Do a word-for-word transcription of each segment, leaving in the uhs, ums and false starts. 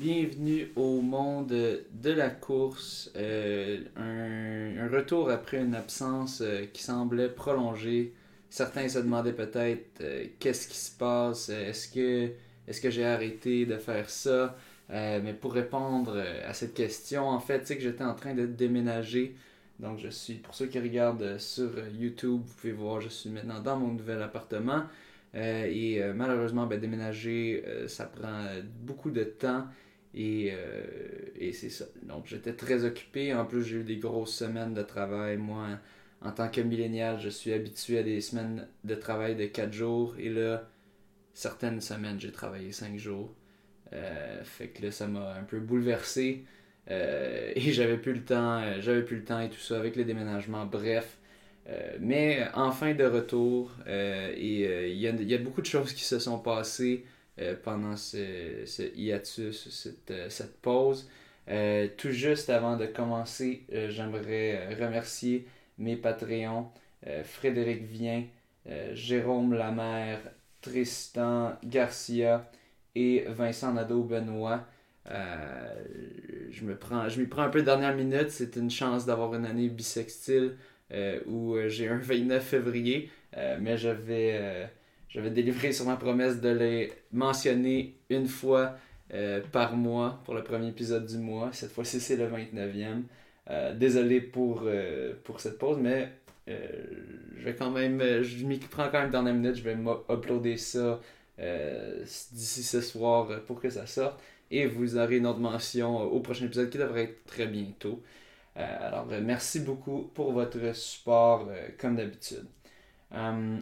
bienvenue au monde de la course. Euh, un, un retour après une absence euh, qui semblait prolongée. Certains se demandaient peut-être euh, qu'est-ce qui se passe, est-ce que, est-ce que j'ai arrêté de faire ça. Euh, mais pour répondre euh, à cette question, en fait, c'est que j'étais en train de déménager. Donc, je suis, pour ceux qui regardent sur YouTube, vous pouvez voir, je suis maintenant dans mon nouvel appartement. Euh, et euh, malheureusement, ben, déménager, euh, ça prend euh, beaucoup de temps. Et, euh, et c'est ça. Donc, j'étais très occupé. En plus, j'ai eu des grosses semaines de travail. Moi, en tant que millénial, je suis habitué à des semaines de travail de quatre jours. Et là, certaines semaines, j'ai travaillé cinq jours. Euh, fait que là, ça m'a un peu bouleversé. Euh, et j'avais plus le temps, euh, j'avais plus le temps et tout ça avec le déménagement. Bref. Euh, mais enfin de retour. Euh, et euh, il y, a, il y a beaucoup de choses qui se sont passées euh, pendant ce, ce hiatus, cette, euh, cette pause. Euh, tout juste avant de commencer, euh, j'aimerais remercier mes Patreons, euh, Frédéric Vien, euh, Jérôme Lamère, Tristan Garcia et Vincent Nadeau-Benoît. Euh, je me prends, je m'y prends un peu de dernière minute. C'est une chance d'avoir une année bissextile euh, où euh, j'ai un vingt-neuf février, euh, mais je vais, euh, je vais délivrer sur ma promesse de les mentionner une fois euh, par mois pour le premier épisode du mois. Cette fois-ci, c'est le vingt-neuvième. Euh, désolé pour, euh, pour cette pause, mais euh, je vais quand même, je m'y prends quand même dernière minute. Je vais uploader ça euh, d'ici ce soir pour que ça sorte. Et vous aurez une autre mention au prochain épisode qui devrait être très bientôt. Euh, alors, euh, merci beaucoup pour votre support, euh, comme d'habitude. Euh,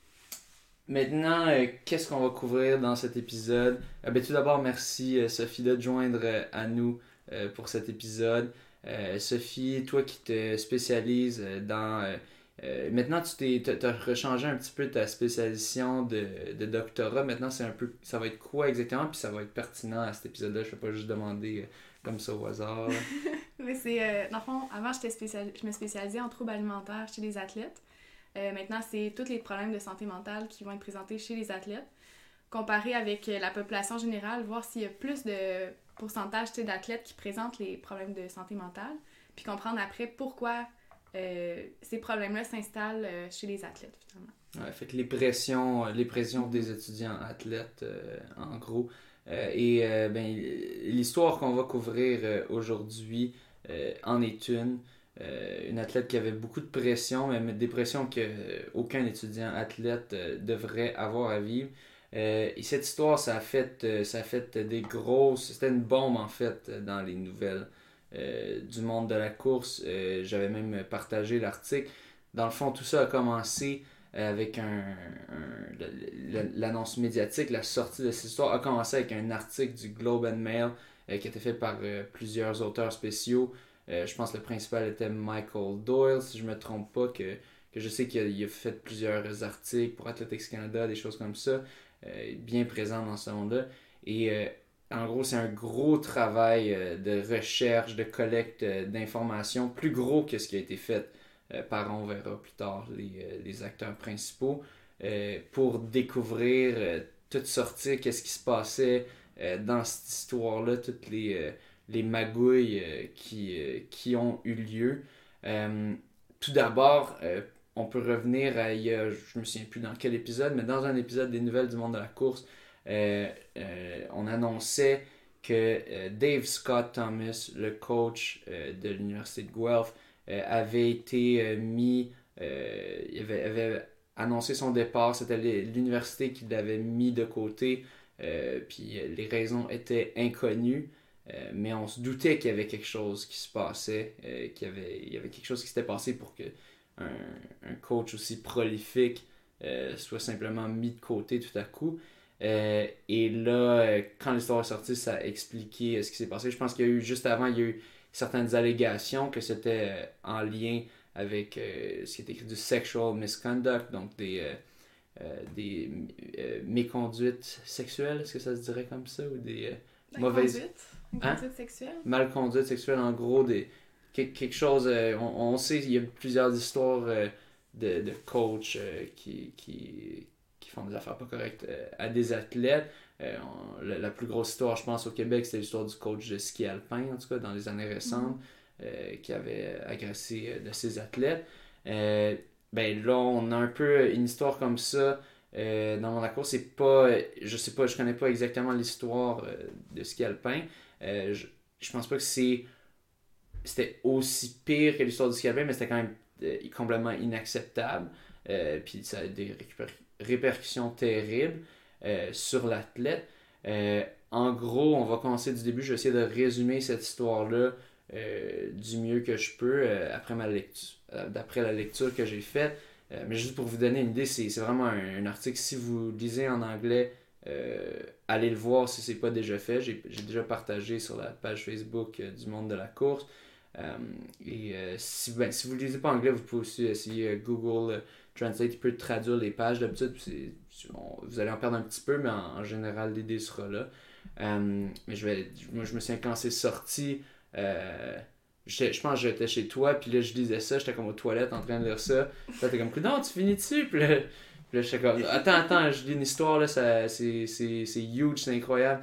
maintenant, euh, qu'est-ce qu'on va couvrir dans cet épisode? Euh, ben, tout d'abord, merci euh, Sophie de te joindre euh, à nous euh, pour cet épisode. Euh, Sophie, toi qui te spécialises euh, dans... Euh, euh, maintenant, tu t'es, as rechangé un petit peu ta spécialisation de, de doctorat. Maintenant, c'est un peu, ça va être quoi exactement? Puis ça va être pertinent à cet épisode-là. Je ne vais pas juste demander euh, comme ça au hasard. Mais c'est, euh, dans le fond, avant, j'étais spécial... je me spécialisais en troubles alimentaires chez les athlètes. Euh, maintenant, c'est tous les problèmes de santé mentale qui vont être présentés chez les athlètes. Comparé avec la population générale, voir s'il y a plus de pourcentage d'athlètes qui présentent les problèmes de santé mentale, puis comprendre après pourquoi euh, ces problèmes-là s'installent euh, chez les athlètes, finalement. Ouais, fait que les pressions, les pressions des étudiants athlètes, euh, en gros. Euh, et euh, ben, l'histoire qu'on va couvrir euh, aujourd'hui euh, en est une. Euh, une athlète qui avait beaucoup de pression, mais des pressions qu'aucun étudiant athlète euh, devrait avoir à vivre. Euh, et cette histoire, ça a fait, euh, ça a fait des grosses... C'était une bombe, en fait, dans les nouvelles euh, du monde de la course. Euh, j'avais même partagé l'article. Dans le fond, tout ça a commencé avec un, un, l'annonce médiatique, la sortie de cette histoire a commencé avec un article du Globe and Mail euh, qui a été fait par euh, plusieurs auteurs spéciaux. Euh, je pense que le principal était Michael Doyle, si je ne me trompe pas, que, que je sais qu'il a, il a fait plusieurs articles pour Athletics Canada, des choses comme ça, euh, bien présent dans ce monde-là. Et euh, en gros, c'est un gros travail euh, de recherche, de collecte euh, d'informations, plus gros que ce qui a été fait euh, par, on verra plus tard, les, euh, les acteurs principaux, euh, pour découvrir, euh, tout sortir, qu'est-ce qui se passait euh, dans cette histoire-là, toutes les... Euh, les magouilles euh, qui, euh, qui ont eu lieu. Euh, tout d'abord, euh, on peut revenir à, il y a, je ne me souviens plus dans quel épisode, mais dans un épisode des Nouvelles du monde de la course, euh, euh, on annonçait que euh, Dave Scott Thomas, le coach euh, de l'Université de Guelph, euh, avait été euh, mis, euh, il avait, avait annoncé son départ, c'était l'université qui l'avait mis de côté, euh, puis les raisons étaient inconnues. Euh, mais on se doutait qu'il y avait quelque chose qui se passait, euh, qu'il y avait, il y avait quelque chose qui s'était passé pour que un, un coach aussi prolifique euh, soit simplement mis de côté tout à coup. Euh, et là, euh, quand l'histoire est sortie, ça a expliqué ce qui s'est passé. Je pense qu'il y a eu, juste avant, il y a eu certaines allégations que c'était euh, en lien avec euh, ce qui est écrit du sexual misconduct, donc des, euh, euh, des euh, méconduites sexuelles, est-ce que ça se dirait comme ça, ou des euh, mauvaises... Une Hein? conduite sexuelle? Malconduite sexuelle, en gros, des, quelque chose. Euh, on, on sait qu'il y a plusieurs histoires euh, de, de coachs euh, qui, qui, qui font des affaires pas correctes euh, à des athlètes. Euh, on- la, la plus grosse histoire, je pense, au Québec, c'était l'histoire du coach de ski alpin, en tout cas, dans les années récentes, euh, qui avait agressé euh, de ses athlètes. Euh, ben là, on a un peu une histoire comme ça. Euh, dans mon course, c'est pas. Je sais pas, je connais pas exactement l'histoire euh, de ski alpin. Euh, je, je pense pas que c'est. C'était aussi pire que l'histoire du ski alpin, mais c'était quand même euh, complètement inacceptable. Euh, puis ça a des récupér- répercussions terribles euh, sur l'athlète. Euh, en gros, on va commencer du début. Je vais essayer de résumer cette histoire-là euh, du mieux que je peux euh, après ma lecture, euh, d'après la lecture que j'ai faite. Euh, mais juste pour vous donner une idée, c'est, c'est vraiment un, un article. Si vous lisez en anglais, euh, allez le voir si c'est pas déjà fait. J'ai, j'ai déjà partagé sur la page Facebook euh, du monde de la course. Euh, et euh, si, ben, si vous ne lisez pas anglais, vous pouvez aussi essayer euh, Google euh, Translate. Il peut traduire les pages. D'habitude, c'est, on- vous allez en perdre un petit peu, mais en, en général, l'idée sera là. Euh, mais je vais, moi, je me souviens quand c'est sorti. Euh, j'étais- je pense que j'étais chez toi, puis là, je lisais ça. J'étais comme aux toilettes en train de lire ça. Puis là, t'es comme, non, tu finis dessus. Puis là, puis là j'étais comme, attends, attends, je lis une histoire, là, ça, c'est, c'est, c'est huge, c'est incroyable.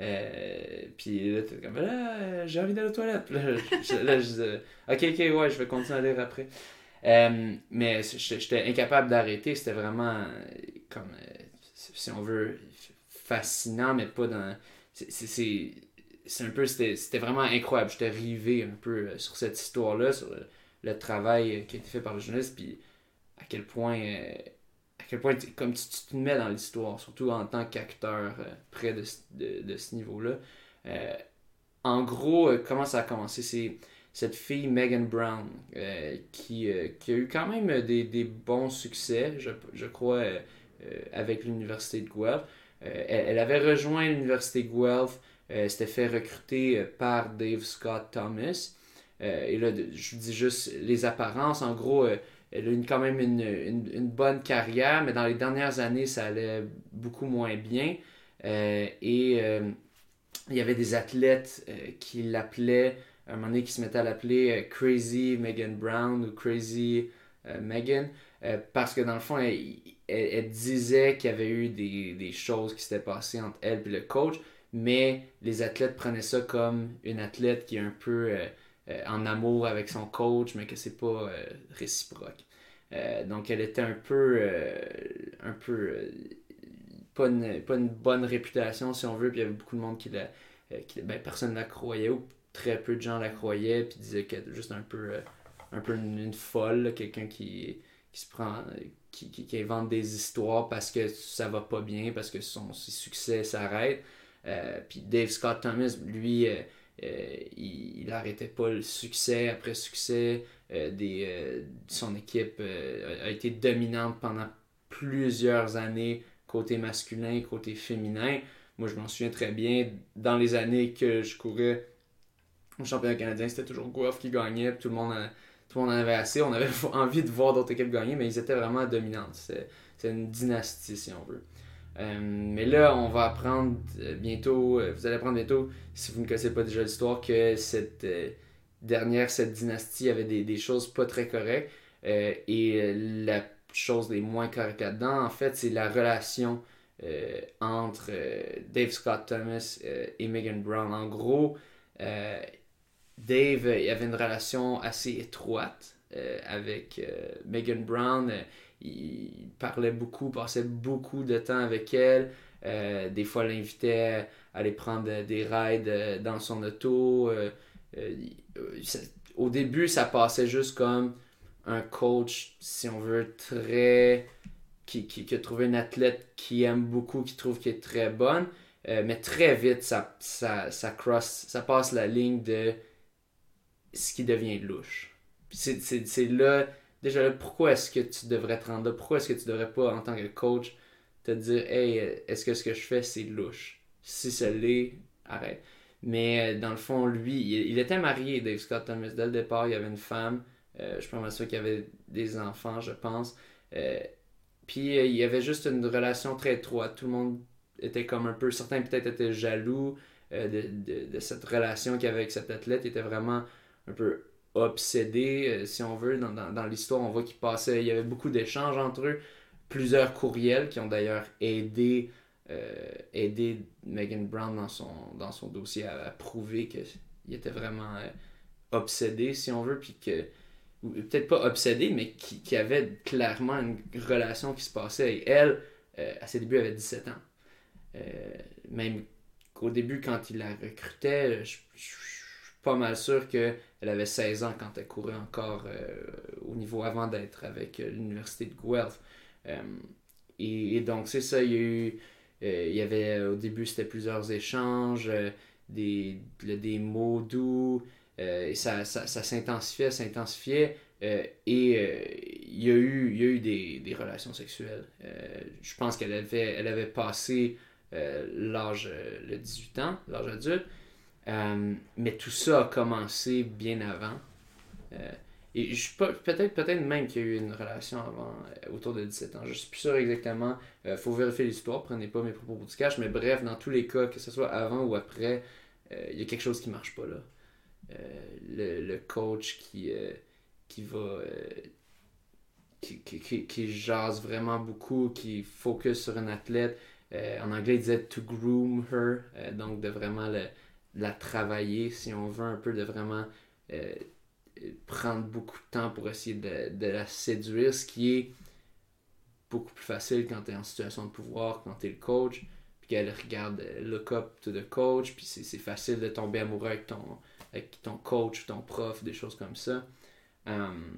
Euh, puis là, t'es comme, là, euh, j'ai envie d'aller aux toilettes. Puis là, je, là, je disais, ok, ok, ouais, je vais continuer à lire après. Euh, mais j'étais j'étais incapable d'arrêter. C'était vraiment, euh, comme, euh, si on veut, fascinant, mais pas dans. C'est, c'est, c'est, c'est un peu. C'était, c'était vraiment incroyable. J'étais rivé un peu euh, sur cette histoire-là, sur le, le travail euh, qui a été fait par le journaliste, puis à quel point. euh, à quel point, tu- comme tu, tu te mets dans l'histoire, surtout en tant qu'acteur euh, près de, ce- de, de ce niveau-là. Euh, en gros, euh, comment ça a commencé? C'est cette fille, Megan Brown, euh, qui, euh, qui a eu quand même des, des bons succès, je, je crois, euh, euh, avec l'université de Guelph. Euh, elle, elle avait rejoint l'université de Guelph, euh, s'était fait recruter euh, par Dave Scott Thomas. Euh, et là, de- je vous dis juste les apparences. En gros, euh, elle a eu quand même une, une, une bonne carrière, mais dans les dernières années, ça allait beaucoup moins bien. Euh, et euh, il y avait des athlètes euh, qui l'appelaient, à un moment donné, qui se mettaient à l'appeler euh, Crazy Megan Brown ou Crazy euh, Megan, euh, parce que dans le fond, elle, elle, elle disait qu'il y avait eu des, des choses qui s'étaient passées entre elle et le coach, mais les athlètes prenaient ça comme une athlète qui est un peu euh, euh, en amour avec son coach, mais que c'est pas euh, réciproque. Euh, donc elle était un peu, euh, un peu euh, pas une, pas une bonne réputation, si on veut. Puis il y avait beaucoup de monde qui la. euh, qui, ben, personne ne la croyait, ou très peu de gens la croyaient, puis disaient qu'elle était juste un peu, euh, un peu une, une folle, là, quelqu'un qui, qui se prend. Qui, qui, qui invente des histoires parce que ça va pas bien, parce que son, ses succès s'arrêtent. Euh, puis Dave Scott Thomas, lui, euh, euh, il, il arrêtait pas le succès après succès. Euh, des, euh, son équipe euh, a été dominante pendant plusieurs années côté masculin, côté féminin. Moi, je m'en souviens très bien. Dans les années que je courais au championnat canadien, c'était toujours Guelph qui gagnait. Puis tout le monde, en- tout le monde en avait assez. On avait envie de voir d'autres équipes gagner, mais ils étaient vraiment dominantes. C'est, c'est une dynastie, si on veut. Euh, mais là, on va apprendre euh, bientôt, euh, vous allez apprendre bientôt, si vous ne connaissez pas déjà l'histoire, que cette euh, dernière, cette dynastie avait des, des choses pas très correctes. Euh, et euh, la chose des moins correctes là-dedans, en fait, c'est la relation euh, entre euh, Dave Scott Thomas euh, et Megan Brown. En gros, euh, Dave, euh, il avait une relation assez étroite euh, avec euh, Megan Brown. Euh, il parlait beaucoup, passait beaucoup de temps avec elle. Euh, des fois, l'invitait à aller prendre des rides euh, dans son auto. Euh, euh, ça- au début, ça passait juste comme un coach, si on veut, très. Qui, qui, qui a trouvé une athlète qui aime beaucoup, qui trouve qu'elle est très bonne. Euh, mais très vite, ça, ça, ça cross, ça passe la ligne de ce qui devient louche. Puis c'est, c'est, c'est là, déjà là, pourquoi est-ce que tu devrais te rendre là? Pourquoi est-ce que tu devrais pas, en tant que coach, te dire, hey, est-ce que ce que je fais, c'est louche? Si ça l'est, arrête. Mais euh, dans le fond, lui, il, il était marié, Dave Scott Thomas. Dès le départ, il y avait une femme. Euh, je pense qu'il y avait des enfants, je pense. Euh, puis euh, il y avait juste une relation très étroite. Tout le monde était comme un peu. Certains peut-être étaient jaloux euh, de, de, de cette relation qu'il y avait avec cet athlète. Il était vraiment un peu obsédé, euh, si on veut. Dans, dans, dans l'histoire, on voit qu'il passait. Il y avait beaucoup d'échanges entre eux. Plusieurs courriels qui ont d'ailleurs aidé euh, aider Megan Brown dans son, dans son dossier à, à prouver qu'il était vraiment euh, obsédé, si on veut, puis que, ou peut-être pas obsédé, mais qui, qui avait clairement une relation qui se passait. Et elle, euh, à ses débuts, elle avait dix-sept ans. Euh, même qu'au début, quand il la recrutait, je, je, je suis pas mal sûr qu'elle avait seize ans quand elle courait encore euh, au niveau avant d'être avec euh, l'université de Guelph. Euh, et, et donc, c'est ça, il y a eu... Euh, il y avait, au début, c'était plusieurs échanges, euh, des, des mots doux, euh, et ça, ça, ça s'intensifiait, s'intensifiait, euh, et euh, il y a eu, il y a eu des, des relations sexuelles. Euh, je pense qu'elle avait, elle avait passé euh, l'âge, euh, le dix-huit ans, l'âge adulte, euh, mais tout ça a commencé bien avant. Euh, et je suis pas, peut-être, peut-être même qu'il y a eu une relation avant, euh, autour de dix-sept ans. Je suis plus sûr exactement. Il euh, faut vérifier l'histoire, prenez pas mes propos pour du cash. Mais bref, dans tous les cas, que ce soit avant ou après, euh, il y a quelque chose qui marche pas là. Euh, le, le coach qui, euh, qui va. Euh, qui, qui, qui, qui jase vraiment beaucoup, qui focus sur une athlète. Euh, en anglais, il disait to groom her, euh, donc de vraiment le, la travailler, si on veut, un peu de vraiment. Euh, prendre beaucoup de temps pour essayer de, de la séduire, ce qui est beaucoup plus facile quand tu es en situation de pouvoir, quand tu es le coach, puis qu'elle regarde look up to the coach, puis c'est, c'est facile de tomber amoureux avec ton, avec ton coach, ton prof, des choses comme ça. Um,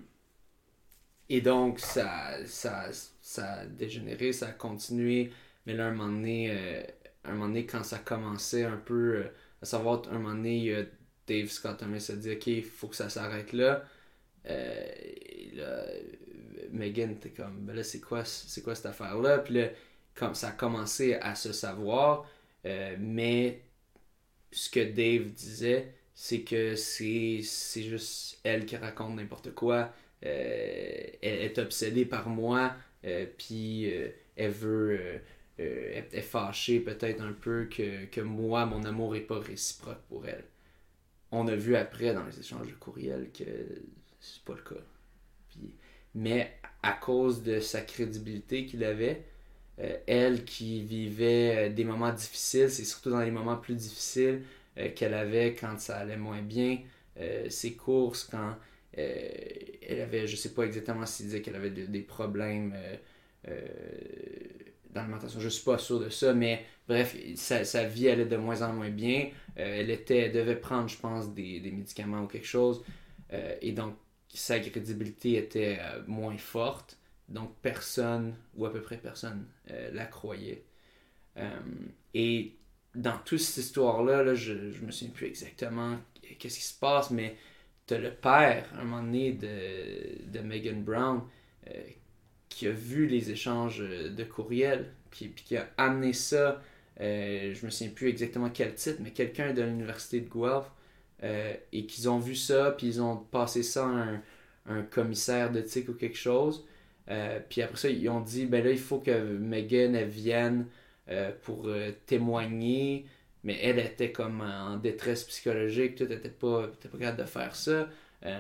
et donc, ça, ça, ça a dégénéré, ça a continué, mais là, un moment donné, euh, un moment donné quand ça commençait un peu, euh, à savoir, un moment donné, euh, Dave Scott Thomas a dit ok, il faut que ça s'arrête là. Euh, et là, Megan était comme ben là, c'est quoi, c'est quoi cette affaire-là? Puis là, comme ça a commencé à se savoir, euh, mais ce que Dave disait, c'est que c'est, c'est juste elle qui raconte n'importe quoi. Euh, elle est obsédée par moi, euh, puis euh, elle veut. Euh, euh, elle est fâchée peut-être un peu que, que moi, mon amour n'est pas réciproque pour elle. On a vu après dans les échanges de courriels que c'est pas le cas. Puis, mais à cause de sa crédibilité qu'il avait, euh, elle qui vivait euh, des moments difficiles, c'est surtout dans les moments plus difficiles euh, qu'elle avait quand ça allait moins bien, euh, ses courses, quand euh, elle avait, je sais pas exactement s'il disait qu'elle avait de, des problèmes euh, euh, d'alimentation, je suis pas sûr de ça, mais bref, sa, sa vie allait de moins en moins bien. Euh, elle était, elle devait prendre, je pense, des, des médicaments ou quelque chose. Euh, et donc, sa crédibilité était euh, moins forte. Donc, personne, ou à peu près personne, euh, la croyait. Euh, et dans toute cette histoire-là, là, je, je me souviens plus exactement qu'est-ce qui se passe, mais t'as le père, à un moment donné, de, de Megan Brown, euh, qui a vu les échanges de courriels, puis, puis qui a amené ça, euh, je me souviens plus exactement quel titre, mais quelqu'un de l'université de Guelph, euh, et qu'ils ont vu ça, puis ils ont passé ça à un, un commissaire d'éthique ou quelque chose. Euh, puis après ça, ils ont dit, ben là, il faut que Megan elle vienne euh, pour euh, témoigner, mais elle était comme en détresse psychologique, tout, elle était pas, était pas capable de faire ça. Euh,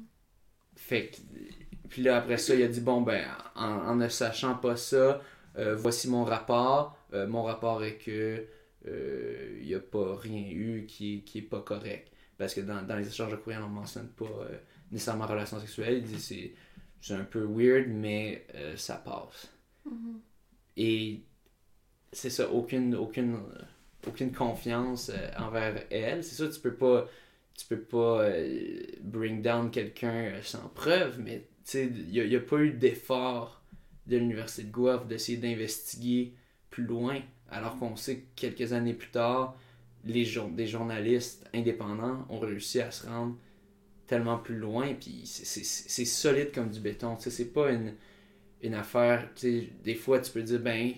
fait que, puis là, après ça, il a dit, bon, ben, en, en ne sachant pas ça, euh, voici mon rapport. Euh, mon rapport est que euh, il n'y a pas rien eu qui, qui est pas correct. Parce que dans, dans les échanges de courriel, on ne mentionne pas euh, nécessairement relation sexuelle. Il dit c'est, c'est un peu weird, mais euh, ça passe. Mm-hmm. Et c'est ça, aucune, aucune, aucune confiance euh, envers elle. C'est ça, tu peux pas, tu peux pas euh, bring down quelqu'un sans preuve, mais il n'y a, a pas eu d'effort de l'université de Guelph d'essayer d'investiguer plus loin, alors qu'on sait que quelques années plus tard, les jour- des journalistes indépendants ont réussi à se rendre tellement plus loin, puis c'est, c'est, c'est solide comme du béton. T'sais, c'est pas une, une affaire, des fois tu peux dire, ben,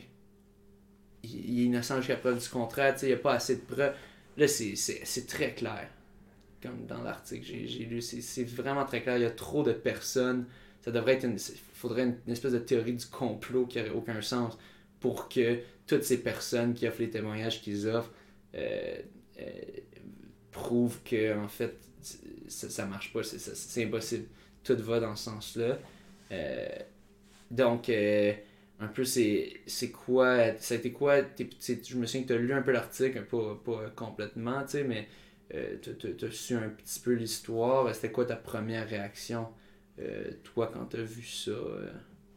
il est innocent jusqu'à preuve du contraire, il n'y a pas assez de preuves. Là, c'est, c'est, c'est très clair, comme dans l'article que j'ai, j'ai lu, c'est, c'est vraiment très clair, il y a trop de personnes, ça devrait être une, faudrait une, une espèce de théorie du complot qui n'aurait aucun sens pour que toutes ces personnes qui offrent les témoignages qu'ils offrent euh, euh, prouvent que en fait ça, ça marche pas, c'est, c'est impossible, tout va dans ce sens-là. Euh, donc euh, un peu c'est, c'est quoi, ça a été quoi, t'es, je me souviens que tu as lu un peu l'article, pas, pas complètement, tu sais, mais euh, tu as su un petit peu l'histoire. C'était quoi ta première réaction, euh, toi, quand tu as vu ça? Euh...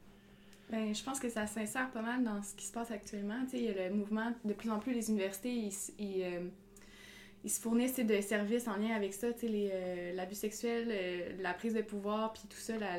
Ben, je pense que ça s'insère pas mal dans ce qui se passe actuellement. Tu sais, il y a le mouvement, de plus en plus, les universités, ils, ils, euh, ils se fournissent de services en lien avec ça, tu sais, les, euh, l'abus sexuel, euh, la prise de pouvoir, puis tout ça, la,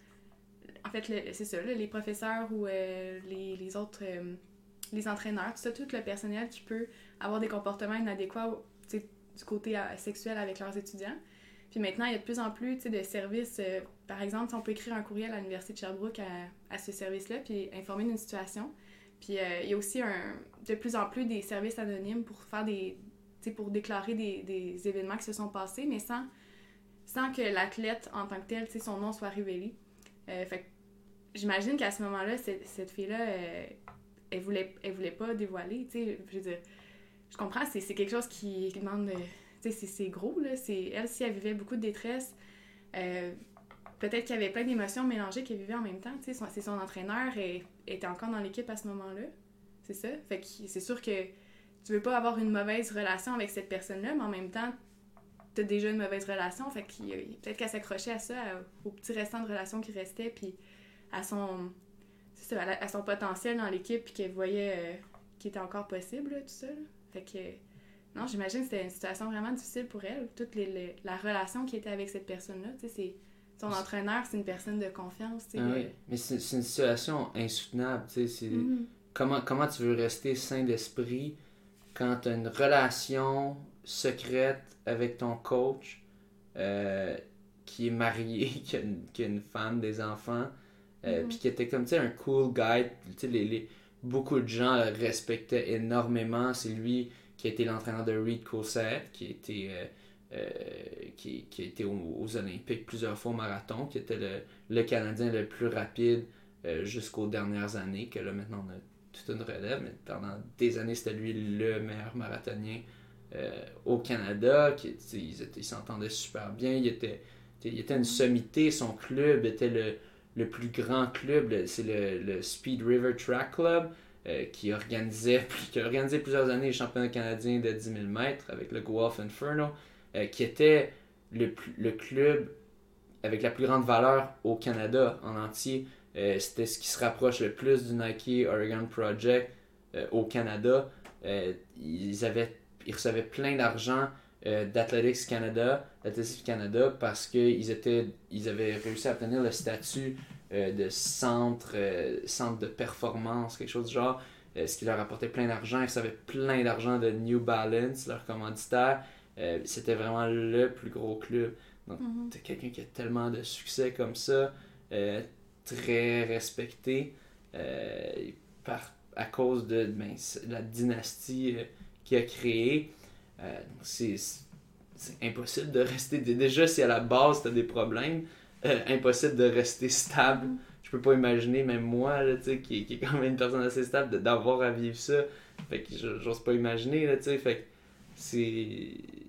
en fait, le, c'est ça, là, les professeurs ou euh, les, les autres, euh, les entraîneurs, tout ça, tout le personnel qui peut avoir des comportements inadéquats, tu sais, du côté euh, sexuel avec leurs étudiants. Puis maintenant, il y a de plus en plus, tu sais, de services. Euh, par exemple, on peut écrire un courriel à l'Université de Sherbrooke à, à ce service-là, puis informer d'une situation. Puis euh, il y a aussi un, de plus en plus des services anonymes pour faire des, tu sais, pour déclarer des, des événements qui se sont passés, mais sans, sans que l'athlète en tant que tel, tu sais, son nom soit révélé. Euh, fait que j'imagine qu'à ce moment-là, cette, cette fille-là, euh, elle voulait, elle voulait pas dévoiler, tu sais, je veux dire, je comprends, c'est, c'est quelque chose qui, qui demande, euh, tu sais, c'est, c'est gros, là, c'est, elle, si elle vivait beaucoup de détresse, euh, peut-être qu'il y avait plein d'émotions mélangées qu'elle vivait en même temps, tu sais, c'est son entraîneur, et était encore dans l'équipe à ce moment-là, c'est ça, fait que c'est sûr que tu veux pas avoir une mauvaise relation avec cette personne-là, mais en même temps, t'as déjà une mauvaise relation, fait que peut-être qu'elle s'accrochait à ça, à, au petit restant de relation qui restait, puis à son, c'est ça, à, à son potentiel dans l'équipe, puis qu'elle voyait euh, qu'il était encore possible, là, tout ça. Là. Fait que, non, j'imagine que c'était une situation vraiment difficile pour elle, toute les, les, la relation qui était avec cette personne-là, tu sais, c'est, son entraîneur, c'est une personne de confiance, tu sais. Ah euh... oui, mais c'est, c'est une situation insoutenable, tu sais, c'est... Mm-hmm. Comment, comment tu veux rester sain d'esprit quand tu as une relation secrète avec ton coach euh, qui est marié, qui a, une, qui a une femme, des enfants, euh, mm-hmm. puis qui était comme, tu sais, un cool guy. Tu sais, les, les, beaucoup de gens le respectaient énormément. C'est lui qui a été l'entraîneur de Reed Coulthard, qui a été, euh, euh, qui, qui a été aux, aux Olympiques plusieurs fois au marathon, qui était le, le Canadien le plus rapide euh, jusqu'aux dernières années, que là, maintenant, on a toute une relève, mais pendant des années, c'était lui le meilleur marathonien euh, au Canada. Qui, ils, étaient, ils s'entendaient super bien. Il était, il était une sommité. Son club était le, le plus grand club. Le, c'est le, le Speed River Track Club euh, qui, organisait, qui a organisé plusieurs années les championnats canadiens de dix mille mètres avec le Guelph Inferno, euh, qui était le, le club avec la plus grande valeur au Canada en entier. Euh, c'était ce qui se rapproche le plus du Nike Oregon Project euh, au Canada. Euh, ils, avaient, ils recevaient plein d'argent euh, d'Athletics Canada, d'Athletics Canada parce qu'ils étaient, ils avaient réussi à obtenir le statut euh, de centre, euh, centre de performance, quelque chose du genre, euh, ce qui leur apportait plein d'argent. Ils recevaient plein d'argent de New Balance, leur commanditaire. Euh, c'était vraiment le plus gros club. Donc, mm-hmm. t'as quelqu'un qui a tellement de succès comme ça. Euh, très respecté euh, par, à cause de ben, la dynastie euh, qu'il a créée. Euh, c'est, c'est impossible de rester... Déjà, si à la base, tu as des problèmes, euh, impossible de rester stable. Mm. Je peux pas imaginer, même moi, là, qui, qui est quand même une personne assez stable, de, d'avoir à vivre ça. Fait que j'ose pas imaginer. Là, fait que c'est...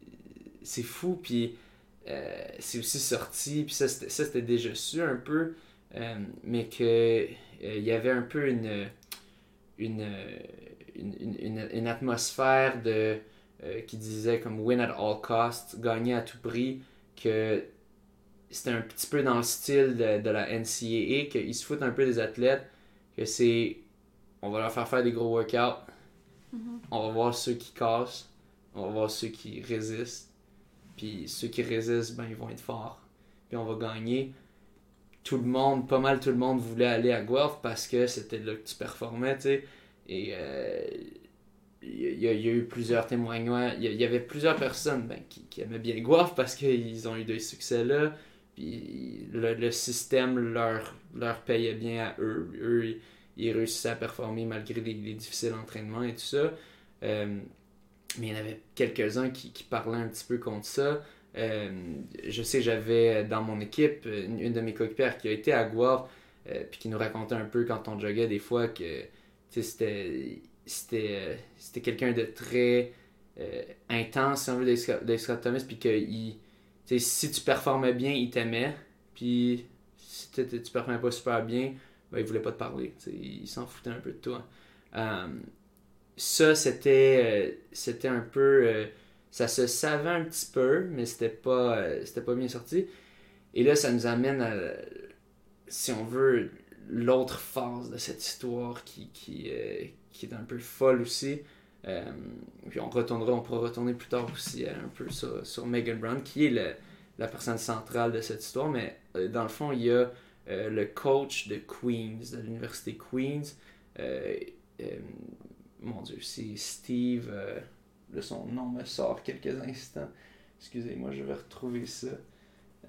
c'est fou. Puis euh, c'est aussi sorti. Puis ça, c'était, ça, c'était déjà su un peu. Euh, mais qu'il euh, y avait un peu une, une, une, une, une atmosphère de, euh, qui disait comme win at all costs, gagner à tout prix, que c'était un petit peu dans le style de, de la N C A A, qu'ils se foutent un peu des athlètes, que c'est on va leur faire faire des gros workouts, mm-hmm. on va voir ceux qui cassent, on va voir ceux qui résistent, puis ceux qui résistent, ben ils vont être forts, puis on va gagner. Tout le monde, pas mal tout le monde voulait aller à Guelph parce que c'était là que tu performais, tu sais. Et euh, il y, y, y a eu plusieurs témoignages, il y, y avait plusieurs personnes ben, qui, qui aimaient bien Guelph parce qu'ils ont eu des succès là. Puis le, le système leur, leur payait bien à eux. Eux, ils, ils réussissaient à performer malgré les, les difficiles entraînements et tout ça. Euh, mais il y en avait quelques-uns qui, qui parlaient un petit peu contre ça. Euh, je sais, j'avais dans mon équipe une, une de mes coéquipières qui a été à Guelph euh, puis qui nous racontait un peu quand on joguait des fois que c'était, c'était, euh, c'était quelqu'un de très euh, intense si on veut de Scott Thomas, puis que il, si tu performais bien, il t'aimait, puis si tu performais pas super bien, ben, il voulait pas te parler. T'sais, il s'en foutait un peu de toi. Euh, ça, c'était, euh, c'était un peu... Euh, ça se savait un petit peu, mais c'était pas, euh, c'était pas bien sorti. Et là, ça nous amène à, si on veut, l'autre phase de cette histoire qui, qui, euh, qui est un peu folle aussi. Euh, puis on retournera, on pourra retourner plus tard aussi un peu sur, sur Megan Brown, qui est le, la personne centrale de cette histoire. Mais euh, dans le fond, il y a euh, le coach de Queens, de l'université Queens. Euh, euh, mon Dieu, c'est Steve. Euh, là, son nom me sort quelques instants. Excusez-moi, je vais retrouver ça. Euh,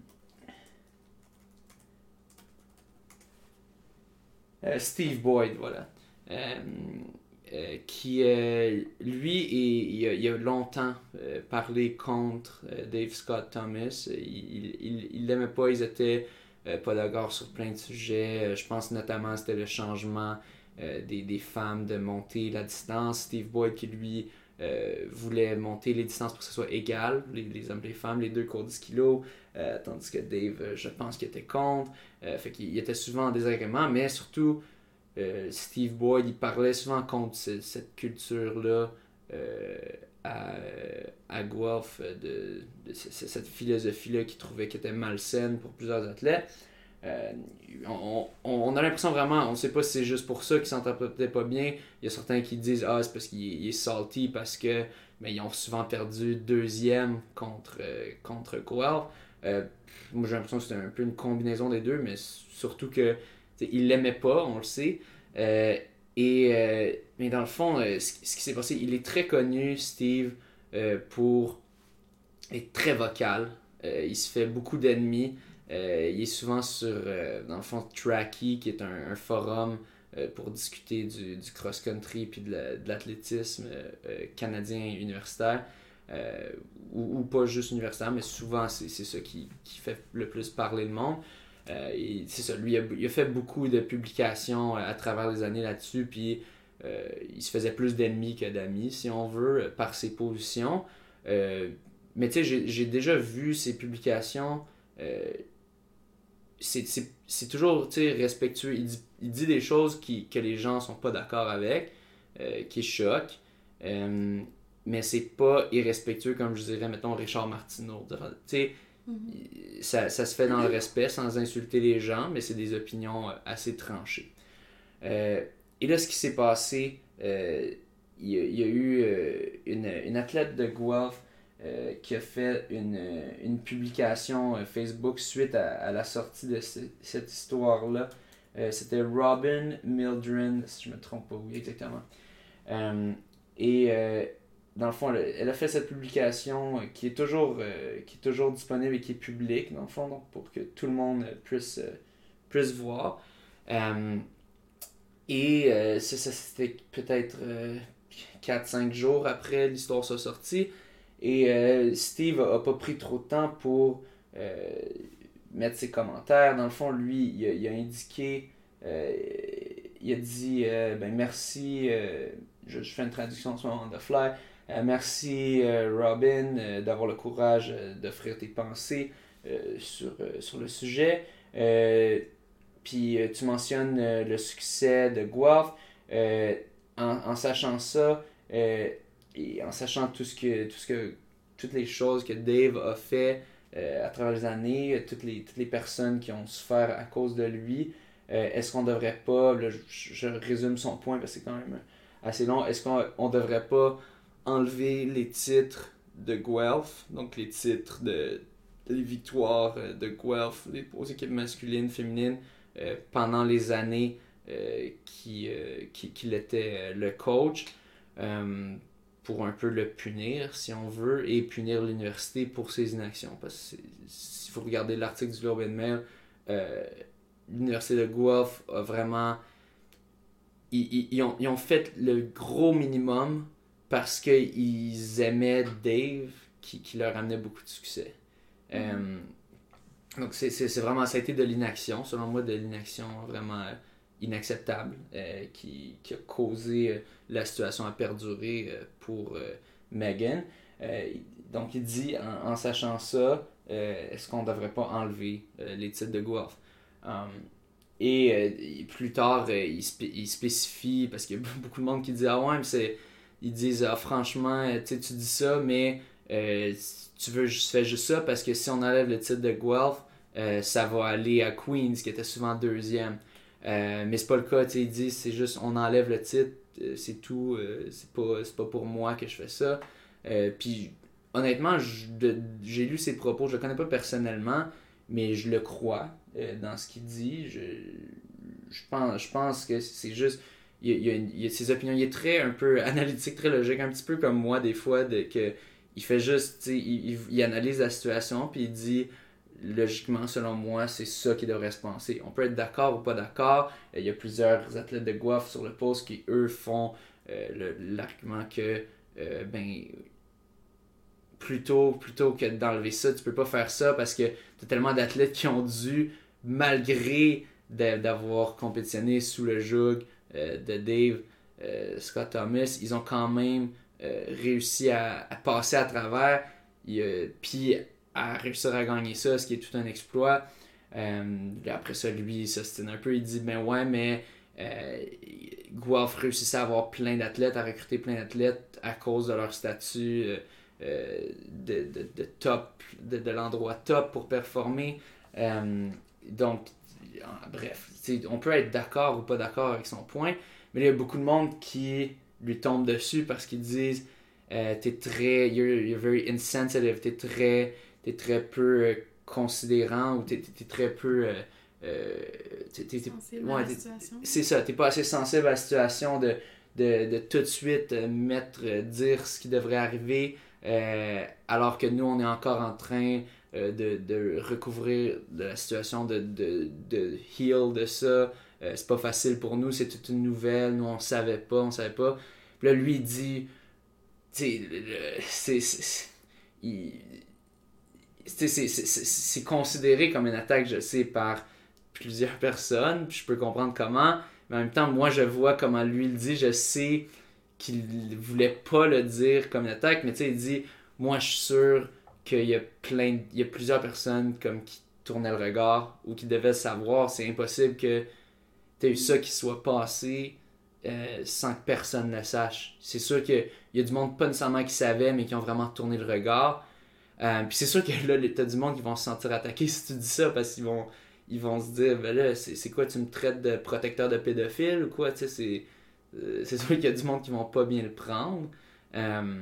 euh, Steve Boyd, voilà. Euh, euh, qui, euh, lui, est, il, a, il a longtemps euh, parlé contre euh, Dave Scott Thomas. Il, il, il l'aimait pas, ils étaient euh, pas d'accord sur plein de sujets. Euh, je pense notamment que c'était le changement euh, des, des femmes de monter la distance. Steve Boyd qui, lui, euh, voulait monter les distances pour que ce soit égal, les, les hommes et les femmes, les deux courent dix kilos, euh, tandis que Dave, euh, je pense qu'il était contre. Euh, fait qu'il était souvent en désagrément, mais surtout, euh, Steve Boyd, il parlait souvent contre ce, cette culture-là euh, à, à Guelph, de, de, de cette philosophie-là qu'il trouvait qui était malsaine pour plusieurs athlètes. Euh, on, on, on a l'impression vraiment, on ne sait pas si c'est juste pour ça qu'il s'entendait pas bien. Il y a certains qui disent ah c'est parce qu'il est, il est salty parce que mais ils ont souvent perdu deuxième contre, euh, contre Guelph. Euh, moi j'ai l'impression que c'était un peu une combinaison des deux, mais surtout que il l'aimait pas, on le sait. Euh, et euh, mais dans le fond, euh, ce, ce qui s'est passé, il est très connu, Steve, euh, pour être très vocal. Euh, il se fait beaucoup d'ennemis. Euh, il est souvent sur, euh, dans le fond, Tracky, qui est un, un forum euh, pour discuter du, du cross-country puis de, la, de l'athlétisme euh, canadien et universitaire. Euh, ou, ou pas juste universitaire, mais souvent c'est, c'est ça qui, qui fait le plus parler le monde. Euh, et c'est ça, lui, il a, il a fait beaucoup de publications à travers les années là-dessus, puis euh, il se faisait plus d'ennemis que d'amis, si on veut, par ses positions. Euh, mais tu sais, j'ai, j'ai déjà vu ses publications. Euh, c'est, c'est, c'est toujours respectueux. Il dit, il dit des choses qui, que les gens sont pas d'accord avec, euh, qui choquent. Euh, mais c'est pas irrespectueux comme je dirais, mettons, Richard Martineau. Tu sais, mm-hmm. ça, ça se fait dans le respect sans insulter les gens, mais c'est des opinions assez tranchées. Euh, et là, ce qui s'est passé, euh, il, y a, il y a eu euh, une, une athlète de Guelph euh, qui a fait une, une publication euh, Facebook suite à, à la sortie de ce, cette histoire-là. Euh, c'était Robin Mildren, si je me trompe pas, oui, exactement. Euh, et euh, dans le fond, elle, elle a fait cette publication qui est toujours, euh, qui est toujours disponible et qui est publique, dans le fond, donc pour que tout le monde puisse, euh, puisse voir. Euh, et euh, ça, ça, c'était peut-être euh, quatre cinq jours après l'histoire soit sortie. Et euh, Steve a, a pas pris trop de temps pour euh, mettre ses commentaires. Dans le fond, lui, il a, il a indiqué, euh, il a dit euh, ben merci, euh, je, je fais une traduction en ce moment on the fly. Euh, merci euh, Robin euh, d'avoir le courage euh, d'offrir tes pensées euh, sur, euh, sur le sujet. Euh, Puis euh, tu mentionnes euh, le succès de Guelph. Euh, en, en sachant ça, euh, et en sachant tout ce que, tout ce que, toutes les choses que Dave a fait euh, à travers les années, toutes les, toutes les personnes qui ont souffert à cause de lui, euh, est-ce qu'on devrait pas, là, je, je résume son point parce que c'est quand même assez long, est-ce qu'on on devrait pas enlever les titres de Guelph, donc les titres de, les victoires de Guelph les, aux équipes masculines, féminines, euh, pendant les années euh, qui, euh, qui, qu'il était euh, le coach, euh, pour un peu le punir, si on veut, et punir l'université pour ses inactions. Parce que s'il faut regarder l'article du Globe and Mail, euh, l'université de Guelph a vraiment... Ils, ils, ils, ont, ils ont fait le gros minimum parce qu'ils aimaient Dave, qui, qui leur amenait beaucoup de succès. Mm-hmm. Euh, donc c'est, c'est, c'est vraiment, ça a été de l'inaction, selon moi, de l'inaction vraiment euh, inacceptable, euh, qui, qui a causé euh, la situation à perdurer euh, pour euh, Megan. Euh, donc il dit, en, en sachant ça, euh, est-ce qu'on ne devrait pas enlever euh, les titres de Guelph? Um, Et euh, plus tard, euh, il, spé- il spécifie, parce qu'il y a beaucoup de monde qui dit ah ouais, mais c'est. Ils disent ah, franchement, euh, tu sais, tu dis ça, mais euh, tu veux juste fais juste ça parce que si on enlève le titre de Guelph, euh, ça va aller à Queens, qui était souvent deuxième. Euh, mais c'est pas le cas, tu sais, ils disent c'est juste on enlève le titre, euh, c'est tout, euh, c'est pas, c'est pas pour moi que je fais ça. Euh, Puis honnêtement, je- de- j'ai lu ses propos, je le connais pas personnellement, mais je le crois euh, dans ce qu'il dit. Je, je, pense, je pense que c'est juste. Il, il, a une- il a ses opinions. Il est très un peu analytique, très logique, un petit peu comme moi des fois, de, que il fait juste, tu sais, il, il, il analyse la situation, puis il dit logiquement, selon moi, c'est ça qui devrait se penser. On peut être d'accord ou pas d'accord. Il y a plusieurs athlètes de Guelph sur le poste qui, eux, font euh, le- l'argument que, euh, ben, plutôt, plutôt que d'enlever ça, tu peux pas faire ça parce que t'as tellement d'athlètes qui ont dû, malgré de- d'avoir compétitionné sous le joug euh, de Dave euh, Scott Thomas, ils ont quand même euh, réussi à, à passer à travers, puis à réussir à gagner ça, ce qui est tout un exploit. Euh, après ça, lui, il s'ostine un peu, il dit ben ouais, mais euh, Guelph réussissait à avoir plein d'athlètes, à recruter plein d'athlètes à cause de leur statut. Euh, euh, de, de, de top, de, de l'endroit top pour performer. Euh, donc, bref, on peut être d'accord ou pas d'accord avec son point, mais il y a beaucoup de monde qui lui tombe dessus parce qu'ils disent euh, t'es très, you're, you're very insensitive, t'es très, t'es très peu euh, considérant ou t'es, t'es, t'es très peu. Euh, euh, t'es, t'es, Sensible ouais, à la situation. C'est ça, t'es pas assez sensible à la situation de, de, de tout de suite euh, mettre, euh, dire ce qui devrait arriver, euh, alors que nous, on est encore en train euh, de, de recouvrir de la situation, de, de, de heal de ça. Euh, c'est pas facile pour nous, c'est toute une nouvelle, nous on savait pas, on savait pas. Puis là, lui, il dit, tu sais, c'est. c'est il- c'est- c'est- c'est- c'est considéré comme une attaque, je sais, par plusieurs personnes, puis je peux comprendre comment, mais en même temps, moi, je vois comment lui le dit, je sais qu'il voulait pas le dire comme une attaque, mais tu sais, il dit, moi, je suis sûr qu'il y a plein, il y a plusieurs personnes comme qui tournaient le regard ou qui devaient le savoir, c'est impossible que tu aies eu ça qui soit passé euh, sans que personne ne le sache. C'est sûr qu'il y a du monde pas nécessairement qui savait, mais qui ont vraiment tourné le regard. Euh, puis c'est sûr que là, t'as du monde qui vont se sentir attaqués si tu dis ça, parce qu'ils vont, ils vont se dire, ben là, c'est, c'est quoi, tu me traites de protecteur de pédophile ou quoi, tu sais, c'est, euh, c'est sûr qu'il y a du monde qui vont pas bien le prendre. Euh,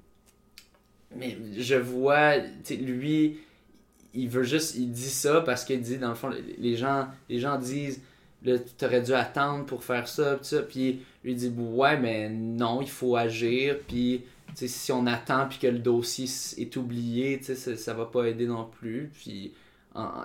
mais je vois, tu sais, lui, il veut juste, il dit ça parce qu'il dit, dans le fond, les gens, les gens disent, là, tu aurais dû attendre pour faire ça, pis ça, puis lui dit, ouais, mais non, il faut agir, puis t'sais, si on attend puis que le dossier est oublié, ça, ça va pas aider non plus. Puis, en,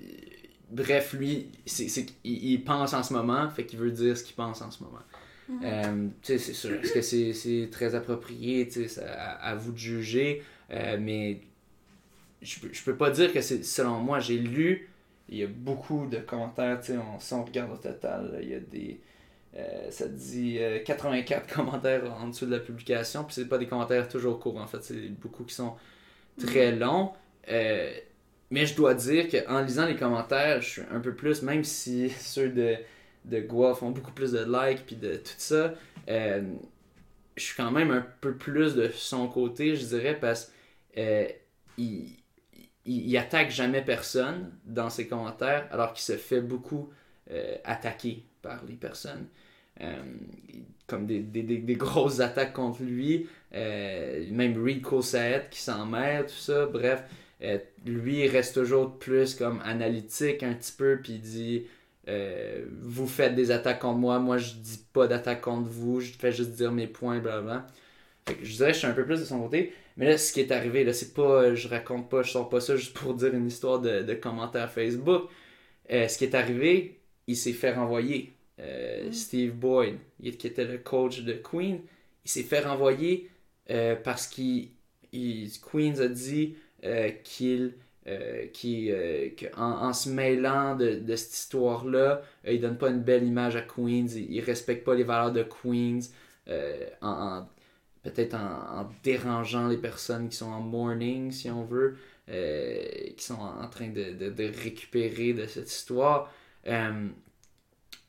bref, lui, c'est, c'est, il, il pense en ce moment, fait qu'il veut dire ce qu'il pense en ce moment. Mm-hmm. Euh, c'est sûr, est-ce que c'est, c'est très approprié, c'est à, à vous de juger, euh, mais je, je peux pas dire que c'est, selon moi, j'ai lu, il y a beaucoup de commentaires, on, si on regarde au total, là, il y a des... Euh, ça dit euh, quatre-vingt-quatre commentaires en dessous de la publication, puis c'est pas des commentaires toujours courts, en fait, c'est beaucoup qui sont très mm. longs. Euh, mais je dois dire qu'en lisant les commentaires, je suis un peu plus, même si ceux de, de Guelph font beaucoup plus de likes puis de tout ça, euh, je suis quand même un peu plus de son côté, je dirais, parce qu'il euh, il, il attaque jamais personne dans ses commentaires, alors qu'il se fait beaucoup euh, attaquer par les personnes. Euh, comme des, des, des, des grosses attaques contre lui, euh, même Reed Cosaet qui s'en mêle, tout ça, bref, euh, lui il reste toujours plus comme analytique un petit peu, puis il dit euh, vous faites des attaques contre moi, moi je dis pas d'attaque contre vous, je fais juste dire mes points, blablabla. Fait que je dirais que je suis un peu plus de son côté, mais là ce qui est arrivé, là c'est pas, je raconte pas, je sors pas ça juste pour dire une histoire de, de commentaires Facebook. Euh, ce qui est arrivé, il s'est fait renvoyer. Euh, mm. Steve Boyd, qui était le coach de Queen, il s'est fait renvoyer euh, parce qu'il il, Queens a dit euh, qu'il euh, qu'il, euh, qu'en en se mêlant de, de cette histoire-là, euh, il donne pas une belle image à Queens, il, il respecte pas les valeurs de Queens, euh, en, en, peut-être en, en dérangeant les personnes qui sont en mourning, si on veut, euh, qui sont en train de, de, de récupérer de cette histoire. Euh,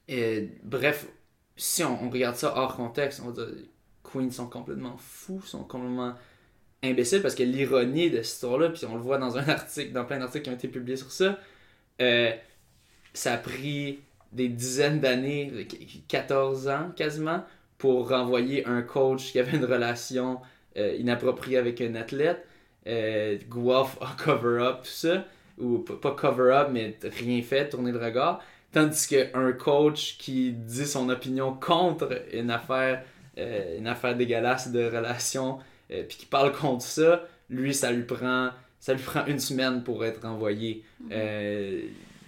Et, bref, si on, on regarde ça hors contexte, on va dire Queen sont complètement fous, sont complètement imbéciles, parce que l'ironie de cette histoire-là, puis on le voit dans un article, dans plein d'articles qui ont été publiés sur ça, euh, ça a pris des dizaines d'années, quatorze ans quasiment, pour renvoyer un coach qui avait une relation euh, inappropriée avec un athlète. Euh, Guelph a cover-up tout ça, ou p- pas cover-up, mais rien fait, tourner le regard. Tandis qu'un coach qui dit son opinion contre une affaire, euh, une affaire dégueulasse de relation, euh, puis qui parle contre ça, lui, ça lui prend, ça lui prend une semaine pour être renvoyé. Mm-hmm. Euh,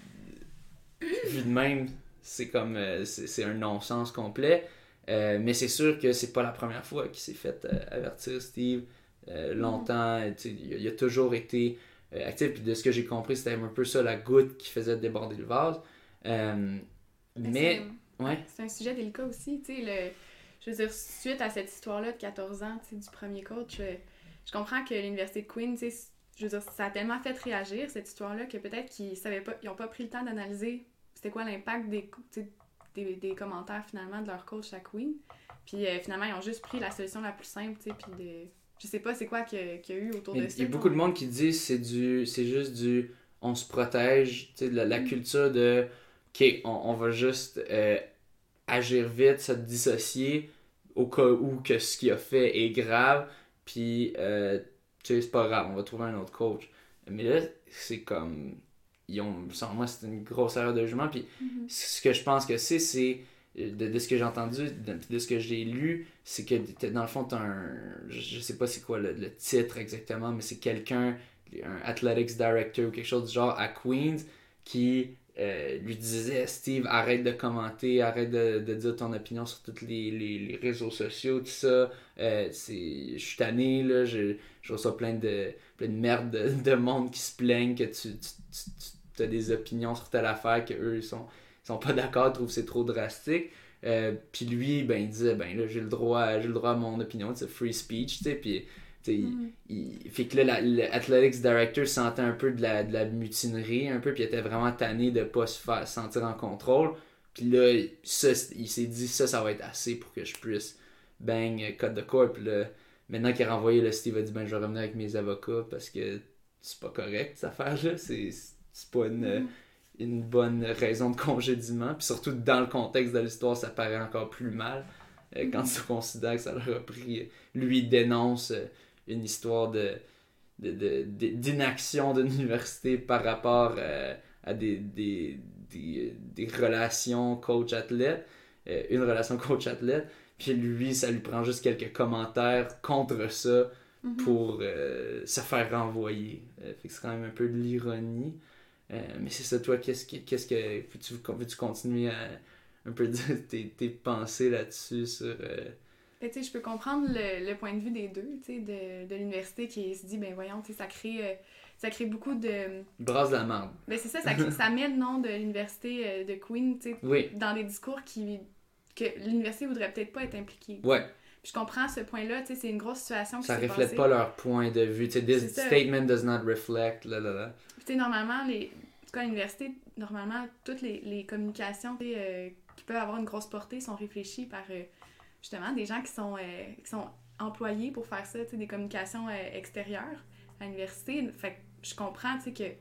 vu de même, c'est comme euh, c'est, c'est un non-sens complet. Euh, mais c'est sûr que c'est pas la première fois qu'il s'est fait euh, avertir, Steve. Euh, longtemps, il, il a toujours été euh, actif. Puis de ce que j'ai compris, c'était un peu ça la goutte qui faisait déborder le vase. Euh, mais, c'est, ouais. C'est un sujet délicat aussi. Le, je veux dire, suite à cette histoire-là de quatorze ans du premier coach, je, je comprends que l'Université de Queen, je veux dire, ça a tellement fait réagir, cette histoire-là, que peut-être qu'ils savaient pas, ils n'ont pas pris le temps d'analyser c'était quoi l'impact des, des, des commentaires finalement de leur coach à Queen. Puis euh, finalement, ils ont juste pris la solution la plus simple, tu sais, puis de... Je sais pas c'est quoi qu'il y a, qu'il y a eu autour mais de ça. Il y a beaucoup de monde qui dit c'est du c'est juste du on se protège, tu sais, la, la culture de ok, on, on va juste euh, agir vite, se dissocier au cas où que ce qu'il a fait est grave, puis euh, tu sais, c'est pas grave, on va trouver un autre coach. Mais là, c'est comme ils ont, selon moi, c'est une grosse erreur de jugement. Puis mm-hmm. ce que je pense que c'est, c'est de, de ce que j'ai entendu, de, de ce que j'ai lu, c'est que dans le fond, t'as un. Je sais pas c'est quoi le, le titre exactement, mais c'est quelqu'un, un athletics director ou quelque chose du genre à Queens, qui euh, lui disait Steve, arrête de commenter, arrête de, de dire ton opinion sur tous les, les, les réseaux sociaux, tout ça. Euh, c'est, je suis tanné, là, je, je reçois plein de, plein de merde de, de monde qui se plaignent que tu. tu, tu, tu t'as des opinions sur telle affaire qu'eux ils sont, ils sont pas d'accord, ils trouvent que c'est trop drastique. Euh, puis lui, ben il disait ben là j'ai le droit, j'ai le droit à mon opinion, c'est free speech, tu sais, puis mm-hmm. il, il fait que là l'athletics director sentait un peu de la, de la mutinerie un peu, puis il était vraiment tanné de pas se faire sentir en contrôle. Puis là ça, il s'est dit ça ça va être assez pour que je puisse bang cut de court. Puis là maintenant qu'il a renvoyé, le Steve a dit ben je vais revenir avec mes avocats parce que c'est pas correct cette affaire là, c'est c'est pas une, mm-hmm. une bonne raison de congédiement. Puis surtout, dans le contexte de l'histoire, ça paraît encore plus mal. Euh, mm-hmm. Quand tu considères que ça leur a pris... Lui dénonce euh, une histoire de, de, de, de, d'inaction de l'université par rapport euh, à des, des, des, des relations coach-athlète. Euh, une relation coach-athlète. Puis lui, ça lui prend juste quelques commentaires contre ça mm-hmm. pour euh, se faire renvoyer. Euh, fait que c'est quand même un peu de l'ironie. Euh, mais c'est ça, toi, qu'est-ce que, qu'est-ce que veux-tu, veux-tu continuer à un peu dire tes, tes pensées là-dessus sur... Euh... Ben, tu sais, je peux comprendre le, le point de vue des deux, tu sais, de, de l'université qui se dit, ben voyons, tu sais, ça crée, euh, ça crée beaucoup de... Brasse de la merde. Ben c'est ça, ça, crée, ça met le nom de l'université euh, de Queen, tu sais, oui. dans des discours qui, que l'université voudrait peut-être pas être impliquée. Ouais. Puis je comprends ce point-là, tu sais, c'est une grosse situation qui ça s'est reflète passée. pas leur point de vue, tu sais, this statement does not reflect, là, là, là. Tu sais, normalement, les... En tout cas, à l'université, normalement, toutes les, les communications euh, qui peuvent avoir une grosse portée sont réfléchies par, euh, justement, des gens qui sont, euh, qui sont employés pour faire ça, tu sais, des communications euh, extérieures à l'université. Fait que je comprends, tu sais, que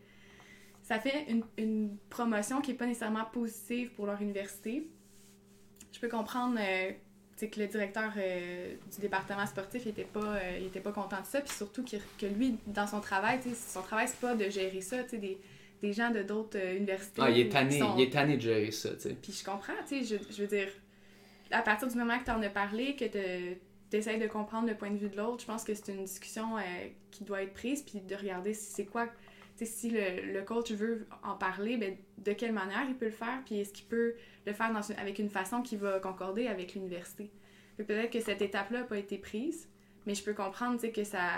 ça fait une, une promotion qui n'est pas nécessairement positive pour leur université. Je peux comprendre, euh, tu sais, que le directeur euh, du département sportif n'était pas, euh, il était pas content de ça, puis surtout que, que lui, dans son travail, tu sais, son travail, c'est pas de gérer ça, tu sais, des... des gens de d'autres euh, universités. Ah, il est tanné, sont... il est tanné de gérer ça, tu sais. Puis je comprends, tu sais, je, je veux dire, à partir du moment que tu en as parlé, que tu essaies de comprendre le point de vue de l'autre, je pense que c'est une discussion euh, qui doit être prise, puis de regarder si c'est quoi, tu sais, si le, le coach veut en parler, ben, de quelle manière il peut le faire, puis est-ce qu'il peut le faire dans une, avec une façon qui va concorder avec l'université. Peut-être que cette étape-là n'a pas été prise, mais je peux comprendre, tu sais, que ça...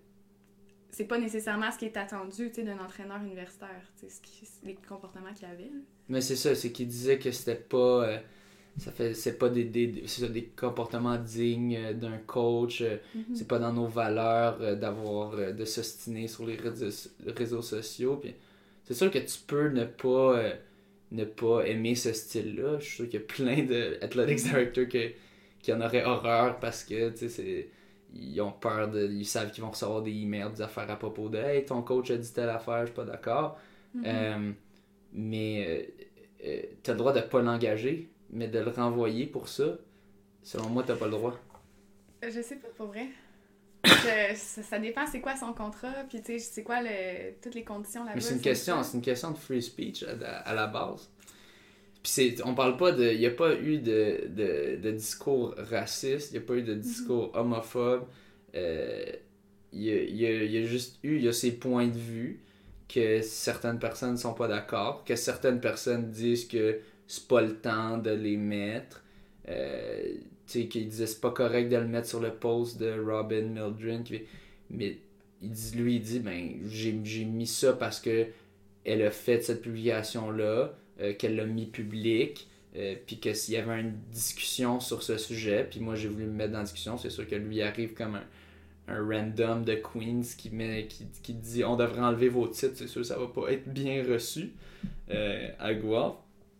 c'est pas nécessairement ce qui est attendu, tu sais, d'un entraîneur universitaire, tu sais, ce qui, les comportements qu'il avait. Là. Mais c'est ça, c'est qu'il disait que c'était pas... Euh, ça fait, c'est pas des, des, c'est ça, des comportements dignes euh, d'un coach, euh, mm-hmm. c'est pas dans nos valeurs euh, d'avoir, euh, de s'ostiner sur les réseaux, réseaux sociaux, puis c'est sûr que tu peux ne pas... Euh, ne pas aimer ce style-là. Je suis sûr qu'il y a plein d'athletics directors qui, qui en auraient horreur parce que, tu sais, c'est... Ils ont peur de... Ils savent qu'ils vont recevoir des emails, des affaires à propos de « Hey, ton coach a dit telle affaire, je suis pas d'accord. Mm-hmm. euh, » Mais euh, euh, t'as le droit de pas l'engager, mais de le renvoyer pour ça, selon moi, t'as pas le droit. Je sais pas, pour vrai. Je, ça, ça dépend c'est quoi son contrat, puis tu sais, c'est quoi le, toutes les conditions là-bas. Mais c'est une question, c'est une question de free speech à, à la base. Puis c'est, on parle pas de, il y a pas eu de, de, de discours raciste, il y a pas eu de discours mm-hmm. homophobe. Euh, il y a, il y a, il y a juste eu, il y a ces points de vue que certaines personnes sont pas d'accord, que certaines personnes disent que c'est pas le temps de les mettre. Euh, tu sais, qu'il disait c'est pas correct de le mettre sur le post de Robin Mildred, mais il dit, lui il dit ben j'ai, j'ai mis ça parce que elle a fait cette publication là, euh, qu'elle l'a mis public, euh, puis que s'il y avait une discussion sur ce sujet, puis moi j'ai voulu me mettre dans la discussion, c'est sûr que lui arrive comme un, un random de Queens qui met qui, qui dit on devrait enlever vos titres, c'est sûr ça va pas être bien reçu euh, à Guelph,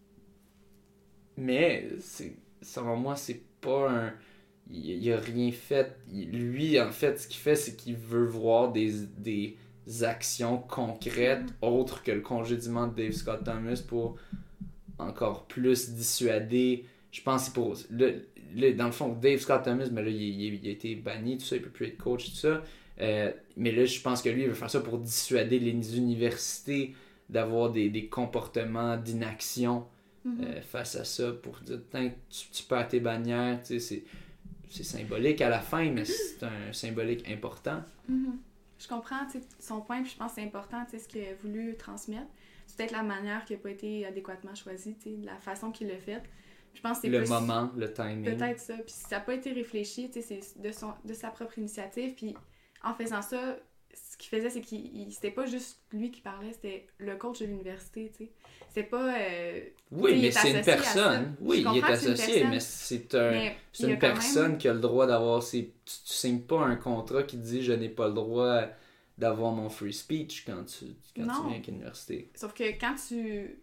mais c'est, selon moi c'est pas un... Il, il a rien fait. Il, lui, en fait, ce qu'il fait, c'est qu'il veut voir des, des actions concrètes autres que le congédiement de Dave Scott Thomas pour encore plus dissuader. Je pense que c'est pour... Le, le, dans le fond, Dave Scott Thomas, mais là, il, il, il a été banni, tout ça, il peut plus être coach, tout ça. Euh, mais là, je pense que lui, il veut faire ça pour dissuader les universités d'avoir des, des comportements d'inaction Mm-hmm. Euh, face à ça, pour dire tu, tu perds tes bannières, tu sais, c'est, c'est symbolique à la fin, mais c'est un symbolique important. Mm-hmm. Je comprends son point, puis je pense que c'est important ce qu'il a voulu transmettre. C'est peut-être la manière qui n'a pas été adéquatement choisie, la façon qu'il l'a fait. Je pense que c'est le plus, moment, le timing. Peut-être ça, puis ça n'a pas été réfléchi, c'est de, son, de sa propre initiative, puis en faisant ça, ce qu'il faisait, c'est qu'il il, c'était pas juste lui qui parlait, c'était le coach de l'université, tu sais. C'est pas... Euh, oui, mais c'est une personne. Oui, il est associé, mais c'est, un, mais c'est une personne même... qui a le droit d'avoir ses... Tu, tu signes pas un contrat qui dit « Je n'ai pas le droit d'avoir mon free speech » quand tu, quand tu viens avec l'université. Sauf que quand tu...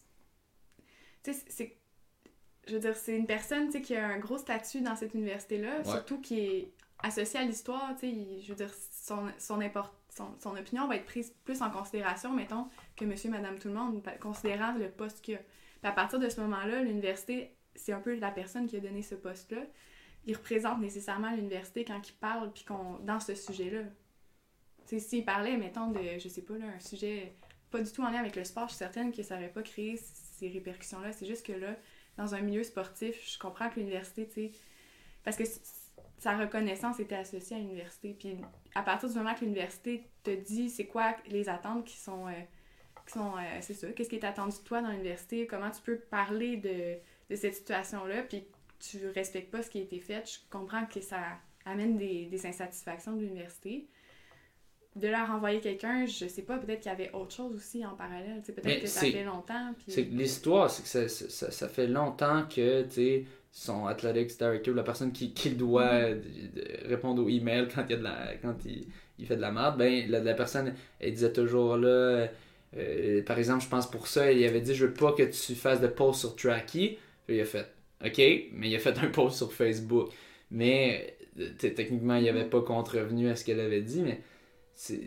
Tu sais, c'est... Je veux dire, c'est une personne, tu sais, qui a un gros statut dans cette université-là, ouais. Surtout qui est associée à l'histoire, tu sais, je veux dire, son, son, import, son, son opinion va être prise plus en considération, mettons, que monsieur, madame, tout le monde, considérant le poste qu'il a. Puis à partir de ce moment-là, l'université, c'est un peu la personne qui a donné ce poste-là. Il représente nécessairement l'université quand il parle, puis qu'on, dans ce sujet-là. Tu sais, s'il parlait, mettons, de, je sais pas, là, un sujet pas du tout en lien avec le sport, je suis certaine que ça n'aurait pas créé ces répercussions-là. C'est juste que là, dans un milieu sportif, je comprends que l'université, tu sais, parce que sa reconnaissance était associée à l'université. Puis à partir du moment que l'université te dit c'est quoi les attentes qui sont, euh, qui sont euh, c'est ça, qu'est-ce qui est attendu de toi dans l'université, comment tu peux parler de, de cette situation-là, puis tu respectes pas ce qui a été fait, je comprends que ça amène des, des insatisfactions de l'université. De leur envoyer quelqu'un, je sais pas, peut-être qu'il y avait autre chose aussi en parallèle. T'sais, peut-être Mais que ça fait longtemps. Puis... C'est, l'histoire, c'est que ça, ça, ça fait longtemps que t'sais, son athletics director, la personne qui, qui doit mm-hmm. répondre aux emails quand, il, y a de la, quand il, il fait de la merde, ben, la, la personne, elle disait toujours là, euh, par exemple, je pense pour ça, il avait dit je veux pas que tu fasses de post sur Tracky. Puis il a fait OK, mais il a fait un post sur Facebook. Mais techniquement, il n'y avait pas contrevenu à ce qu'elle avait dit, mais. C'est...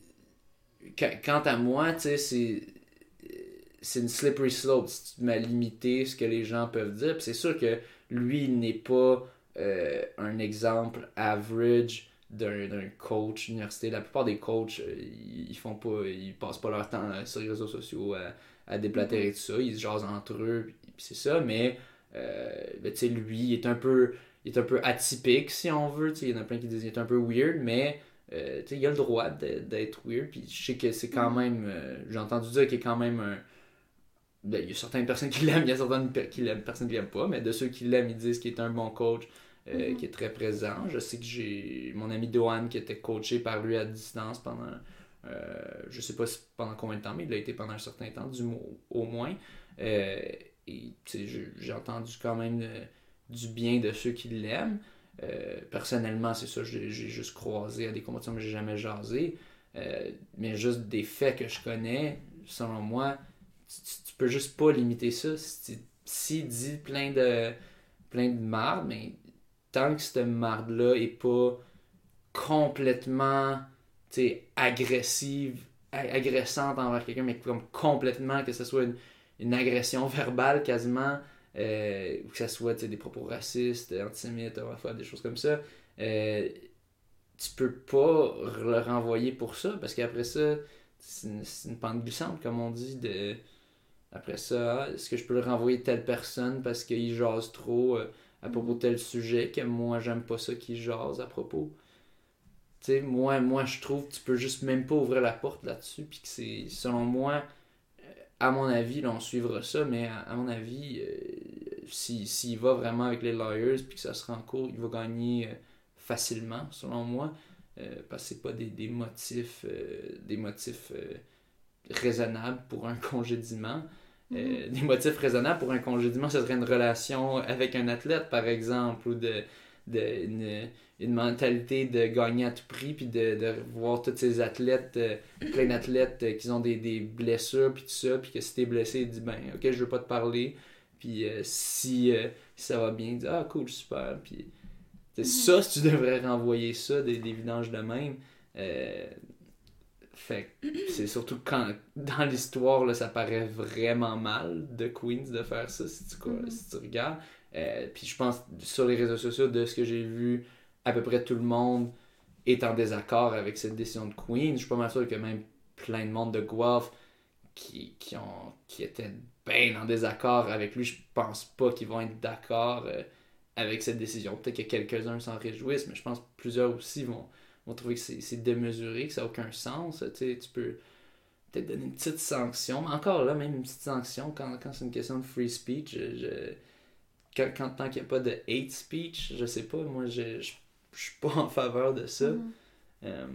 Quant à moi, tu sais, c'est... c'est une slippery slope si tu m'as limité ce que les gens peuvent dire. Puis c'est sûr que lui, il n'est pas euh, un exemple average d'un, d'un coach université. La plupart des coachs, euh, ils font pas, ils passent pas leur temps sur les réseaux sociaux à, à déblatérer tout ça. Ils se jasent entre eux, puis, puis c'est ça. Mais, euh, ben, tu sais, lui, il est un peu, il est un peu atypique, si on veut. Tu sais, il y en a plein qui disent qu'il est un peu weird, mais Euh, il a le droit d'être weird, puis je sais que c'est quand même euh, j'ai entendu dire qu'il y a quand même un ben, il y a certaines personnes qui l'aiment, il y a certaines qui l'aiment, personnes qui l'aiment pas, mais de ceux qui l'aiment, ils disent qu'il est un bon coach, euh, mm-hmm. qui est très présent. Je sais que j'ai mon ami Dohan qui était coaché par lui à distance pendant euh, je sais pas si pendant combien de temps, mais il a été pendant un certain temps, du au moins, euh, et j'ai, j'ai entendu quand même euh, du bien de ceux qui l'aiment. Euh, personnellement, c'est ça, j'ai, j'ai juste croisé à des compétitions, mais j'ai jamais jasé. Euh, mais juste des faits que je connais, selon moi, tu, tu peux juste pas limiter ça. Si, s'il dit plein de, plein de marde, mais tant que cette marde-là est pas complètement agressive, agressante envers quelqu'un, mais comme complètement, que ce soit une, une agression verbale quasiment, euh, ou que ce soit des propos racistes, antisémites, homophobes, des choses comme ça, euh, tu peux pas le renvoyer pour ça, parce qu'après ça, c'est une, c'est une pente glissante, comme on dit, de... Après ça, est-ce que je peux le renvoyer telle personne parce qu'il jase trop euh, à propos de tel sujet, que moi, j'aime pas ça qu'il jase à propos. Tu sais, moi, moi, je trouve que tu peux juste même pas ouvrir la porte là-dessus, puis que c'est, selon moi, à mon avis, là, on suivra ça, mais à, à mon avis, euh, s'il, s'il va vraiment avec les lawyers, puis que ça sera en cours, il va gagner euh, facilement, selon moi, euh, parce que c'est pas des, des motifs, euh, des motifs euh, raisonnables pour un congédiement. Euh, mm-hmm. Des motifs raisonnables pour un congédiement, ce serait une relation avec un athlète, par exemple, ou de, de une, une mentalité de gagner à tout prix, puis de, de voir tous ces athlètes, euh, plein d'athlètes euh, qui ont des, des blessures, puis tout ça, puis que si t'es blessé, il dit ben, ok, je veux pas te parler, puis euh, si, euh, si ça va bien, il dit ah, cool, super, puis mm-hmm. ça, si tu devrais renvoyer ça, des, des vidanges de même. Euh, Fait que c'est surtout quand dans l'histoire là, ça paraît vraiment mal de Queens de faire ça si tu, mm-hmm. si tu regardes. Euh, puis je pense sur les réseaux sociaux, de ce que j'ai vu, à peu près tout le monde est en désaccord avec cette décision de Queens. Je suis pas mal sûr que même plein de monde de Guelph qui, qui, ont, qui étaient bien en désaccord avec lui, je pense pas qu'ils vont être d'accord euh, avec cette décision. Peut-être que quelques-uns s'en réjouissent, mais je pense que plusieurs aussi vont vont trouver que c'est, c'est démesuré, que ça n'a aucun sens. Tu peux peut-être donner une petite sanction. Mais encore là, même une petite sanction, quand, quand c'est une question de free speech, je, je, quand, quand tant qu'il n'y a pas de hate speech, je sais pas, moi, je, je, je suis pas en faveur de ça. Mm-hmm. Euh,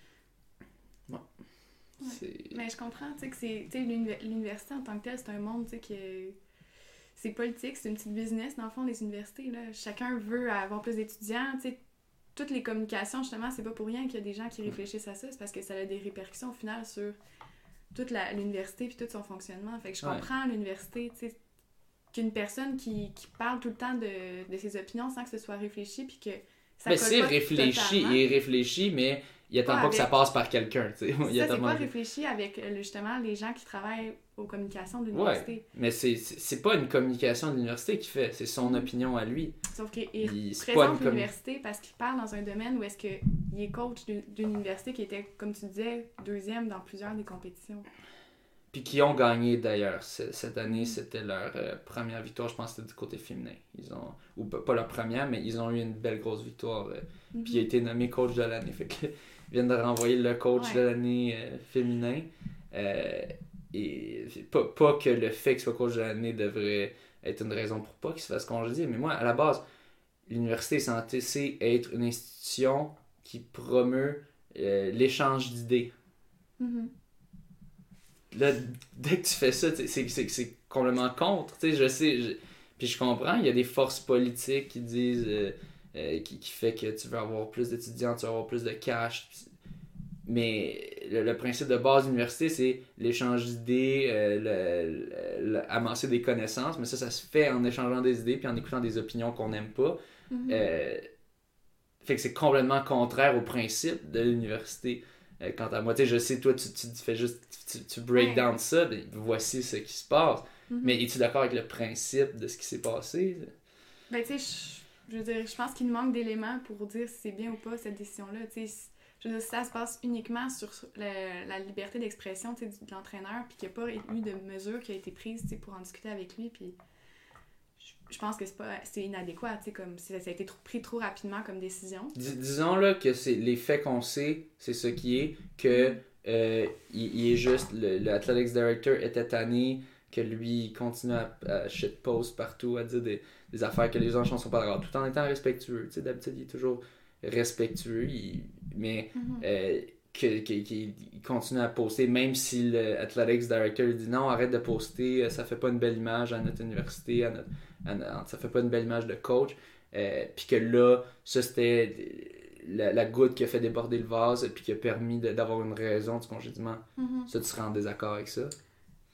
ouais. Ouais. Mais je comprends, tu sais, que c'est, tu sais, l'université en tant que telle, c'est un monde, tu sais, que c'est politique, c'est une petite business, dans le fond, les universités, là. Chacun veut avoir plus d'étudiants, tu sais. Toutes les communications, justement, c'est pas pour rien qu'il y a des gens qui réfléchissent à ça, c'est parce que ça a des répercussions au final sur toute la, l'université puis tout son fonctionnement. Fait que je comprends ouais. l'université, tu sais, qu'une personne qui, qui parle tout le temps de, de ses opinions sans que ce soit réfléchi puis que ça mais colle c'est pas réfléchi totalement. et réfléchi, mais il attend pas, pas avec... que ça passe par quelqu'un, tu sais. Ça, c'est pas réfléchi avec, justement, les gens qui travaillent aux communications de l'université. Ouais, mais c'est, c'est, c'est pas une communication de l'université qui fait, c'est son mm. opinion à lui. Sauf qu'il il présente l'université parce qu'il parle dans un domaine où est-ce qu'il est coach d'une, d'une université qui était, comme tu disais, deuxième dans plusieurs des compétitions. Puis qui ont gagné d'ailleurs. Cette année, mm. c'était leur euh, première victoire, je pense que c'était du côté féminin. Ils ont, ou pas leur première, mais ils ont eu une belle grosse victoire. Euh, mm-hmm. Puis il a été nommé coach de l'année. Fait que ils viennent de renvoyer le coach ouais. de l'année euh, féminin. Euh, et pas, pas que le fait qu'il soit coach de l'année devrait être une raison pour pas qu'il se fasse congédier. Mais moi, à la base, l'université est censée être une institution qui promeut euh, l'échange d'idées. Mm-hmm. Là, dès que tu fais ça, c'est, c'est, c'est complètement contre. Tu sais, je sais, je... puis je comprends, il y a des forces politiques qui disent, euh, euh, qui, qui fait que tu veux avoir plus d'étudiants, tu veux avoir plus de cash. Mais le, le principe de base de l'université, c'est l'échange d'idées, euh, le, le, le, amasser des connaissances, mais ça, ça se fait en échangeant des idées puis en écoutant des opinions qu'on n'aime pas. Mm-hmm. Euh, fait que c'est complètement contraire au principe de l'université. Euh, quant à moi, tu sais, je sais, toi, tu, tu fais juste, tu, tu break ouais. down ça, ben, voici ce qui se passe. Mm-hmm. Mais es-tu d'accord avec le principe de ce qui s'est passé? Ben, tu sais, je veux dire, je pense qu'il nous manque d'éléments pour dire si c'est bien ou pas cette décision-là. Tu sais, je veux dire, si ça se passe uniquement sur la, la liberté d'expression, tu sais, de l'entraîneur, puis qu'il n'y a pas eu de mesure qui a été prise, tu sais, pour en discuter avec lui, puis je pense que c'est pas c'est inadéquat, tu sais, comme ça a été trop, pris trop rapidement comme décision. Dis, disons là que c'est les faits qu'on sait, c'est ce qui est, que euh, il, il est juste, le, le Athletics Director était tanné, que lui, il continue à, à shitpost partout, à dire des, des affaires que les gens ne sont pas d'accord, tout en étant respectueux, tu sais, d'habitude, il est toujours respectueux, il, mais mm-hmm. euh, que, que, qu'il continue à poster, même si le Athletics Director dit non, arrête de poster, ça fait pas une belle image à notre université, à notre, à notre, ça fait pas une belle image de coach, euh, puis que là, ça c'était la, la goutte qui a fait déborder le vase, puis qui a permis de, d'avoir une raison du congédiement. Mm-hmm. Ça, tu serais en désaccord avec ça?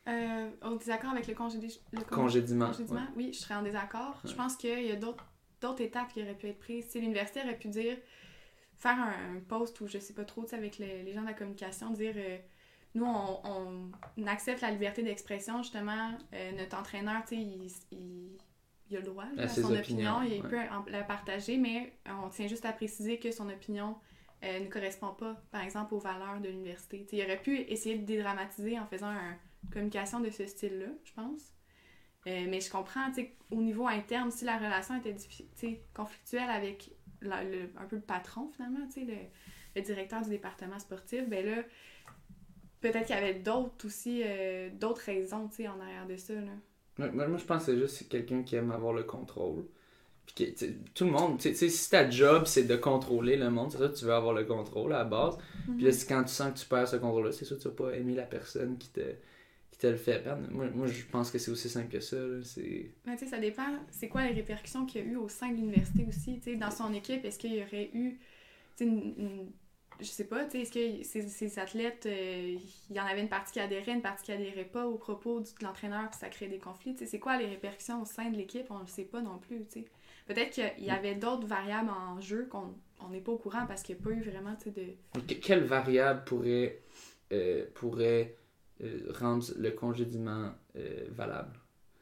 Euh, au désaccord avec le, congédi... le con... congédiement. congédiement Ouais. Oui, je serais en désaccord. Ouais. Je pense qu'il y a d'autres, d'autres étapes qui auraient pu être prises. Si l'université aurait pu dire, faire un, un post ou je sais pas trop, avec les, les gens de la communication, dire euh, nous, on, on accepte la liberté d'expression, justement. Euh, notre entraîneur, tu sais, il, il, il a le droit là, à, à son opinion, opinions, il ouais. peut en, la partager, mais on tient juste à préciser que son opinion euh, ne correspond pas, par exemple, aux valeurs de l'université. T'sais, il aurait pu essayer de dédramatiser en faisant un communication de ce style-là, je pense. Euh, mais je comprends, tu sais, au niveau interne, si la relation était conflictuelle avec la, le, un peu le patron, finalement, tu sais, le, le directeur du département sportif, ben là, peut-être qu'il y avait d'autres aussi, euh, d'autres raisons, tu sais, en arrière de ça, là. Moi, moi, je pense que c'est juste c'est quelqu'un qui aime avoir le contrôle. Puis que, tout le monde, tu sais, si ta job, c'est de contrôler le monde, c'est ça, tu veux avoir le contrôle à la base. Mm-hmm. Puis là, c'est quand tu sens que tu perds ce contrôle-là, c'est sûr que tu vas pas aimer la personne qui te... te le fait perdre. Moi, moi, je pense que c'est aussi simple que ça. Là. C'est... Mais tu sais, ça dépend. C'est quoi les répercussions qu'il y a eu au sein de l'université aussi. Tu sais, dans son équipe, est-ce qu'il y aurait eu, tu sais, une, une, je sais pas, tu sais, est-ce que ces, ces athlètes, euh, il y en avait une partie qui adhérait, une partie qui adhérait pas aux propos du, de l'entraîneur, puis ça crée des conflits. Tu sais, c'est quoi les répercussions au sein de l'équipe? On le sait pas non plus, tu sais. Peut-être qu'il y avait d'autres variables en jeu qu'on on n'est pas au courant parce qu'il n'y a pas eu vraiment, tu sais, de... Que, quelle variable pourrait, euh, pourrait euh, rendre le congédiement euh, valable?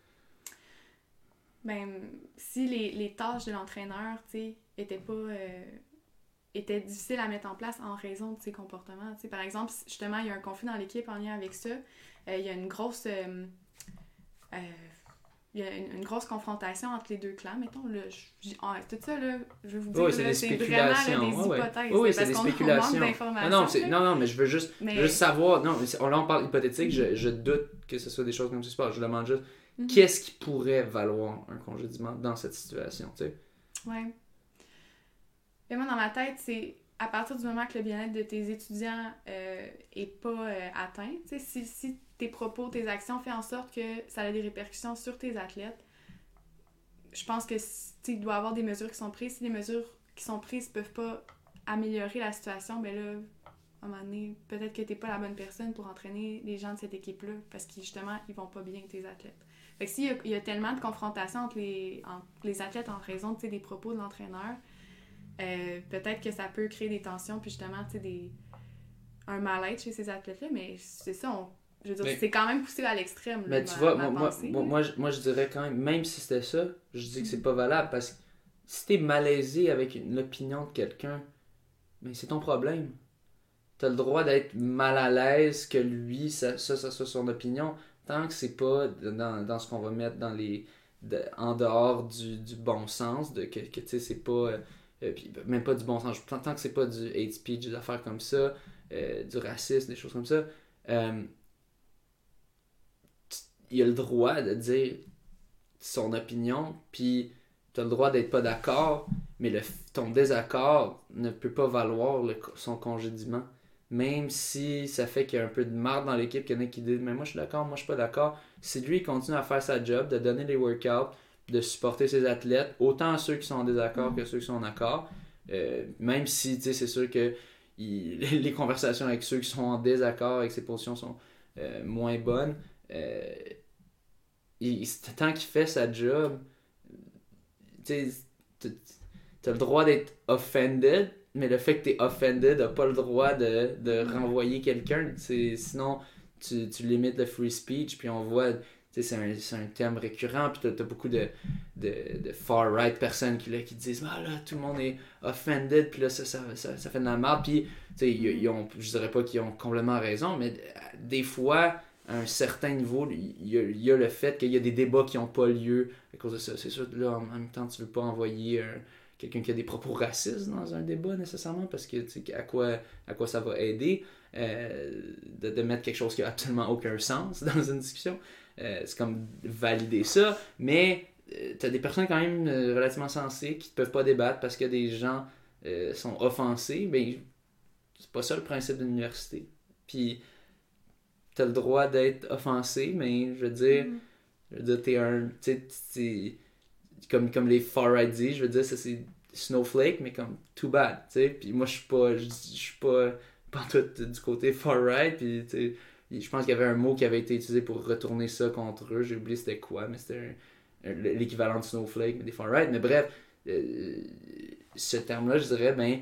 Ben, si les, les tâches de l'entraîneur, tu sais, étaient pas... Euh, étaient difficiles à mettre en place en raison de ses comportements. Tu sais, par exemple, justement, il y a un conflit dans l'équipe en lien avec ça. Euh, il y a une grosse... Euh, euh, il y a une, une grosse confrontation entre les deux clans, mettons. Là, je, oh, tout ça, là, je vais vous dire, oui, là, c'est, des c'est vraiment là, des ouais, hypothèses. Oui, oui, c'est c'est parce des qu'on spéculations. manque d'informations. Non, non, c'est, non, non, mais je veux juste, mais... juste savoir. Non, là, on parle hypothétique, je, je doute que ce soit des choses comme ça se passe. Je demande juste, mm-hmm. qu'est-ce qui pourrait valoir un congédiement dans cette situation, tu sais? Oui. Mais moi, dans ma tête, c'est à partir du moment que le bien-être de tes étudiants euh, est pas euh, atteint, tu sais, si, si tes propos, tes actions font en sorte que ça a des répercussions sur tes athlètes, je pense que il doit y avoir des mesures qui sont prises. Si les mesures qui sont prises peuvent pas améliorer la situation, ben là, à un moment donné, peut-être que t'es pas la bonne personne pour entraîner les gens de cette équipe-là, parce qu'ils, justement, ils vont pas bien, tes athlètes. Fait que s'il y a, il y a tellement de confrontations entre les, entre les athlètes en raison, tu sais, des propos de l'entraîneur, euh, peut-être que ça peut créer des tensions, puis justement, tu sais, des... un mal-être chez ces athlètes-là, mais c'est ça, on... je veux dire, mais, c'est quand même poussé à l'extrême. Mais là, tu ma, vois, ma moi, pensée, moi, moi, je, moi, je dirais quand même, même si c'était ça, je dis que c'est pas valable, parce que si t'es malaisé avec une, l'opinion de quelqu'un, mais c'est ton problème. T'as le droit d'être mal à l'aise que lui, ça, ça, ça soit son opinion, tant que c'est pas dans, dans ce qu'on va mettre dans les... De, en dehors du, du bon sens, de que, que tu sais, c'est pas... Euh, puis même pas du bon sens, tant, tant que c'est pas du hate speech, des affaires comme ça, euh, du racisme, des choses comme ça, euh, il a le droit de dire son opinion, puis tu as le droit d'être pas d'accord, mais le, ton désaccord ne peut pas valoir le, son congédiement. Même si ça fait qu'il y a un peu de marde dans l'équipe, qu'il y en a qui disent « mais moi je suis d'accord, moi je suis pas d'accord ». Si lui il continue à faire sa job, de donner les workouts, de supporter ses athlètes, autant ceux qui sont en désaccord que ceux qui sont en accord, euh, même si c'est sûr que il, les conversations avec ceux qui sont en désaccord, avec ses positions sont euh, moins bonnes, euh, il, tant qu'il fait sa job, tu as le droit d'être offended, mais le fait que tu es offended n'a pas le droit de, de renvoyer quelqu'un. Sinon, tu, tu limites le free speech, puis on voit, c'est un, c'est un thème récurrent, puis tu as beaucoup de, de, de far-right personnes qui, là, qui disent ah là, tout le monde est offended, puis là, ça, ça, ça, ça fait de la merde. Puis, ils, ils ont, je dirais pas qu'ils ont complètement raison, mais des fois, à un certain niveau, il y a, il y a le fait qu'il y a des débats qui n'ont pas lieu à cause de ça. C'est sûr, là, en même temps, tu veux pas envoyer un, quelqu'un qui a des propos racistes dans un débat nécessairement, parce que à quoi, à quoi ça va aider euh, de, de mettre quelque chose qui a absolument aucun sens dans une discussion. Euh, c'est comme valider ça, mais euh, tu as des personnes quand même euh, relativement sensées qui ne peuvent pas débattre parce que des gens euh, sont offensés. Ben, c'est pas ça le principe d'une université. Puis t'as le droit d'être offensé, mais je veux dire, mm. je veux dire, t'es un, tu sais, comme, comme les far-right disent, je veux dire, ça c'est snowflake, mais comme too bad, tu sais. Puis moi, je suis pas, je suis pas, pas tout du côté far-right, puis tu sais, je pense qu'il y avait un mot qui avait été utilisé pour retourner ça contre eux. J'ai oublié c'était quoi, mais c'était un, un, l'équivalent de snowflake, mais des fois, right? Mais bref, euh, ce terme-là, je dirais, ben,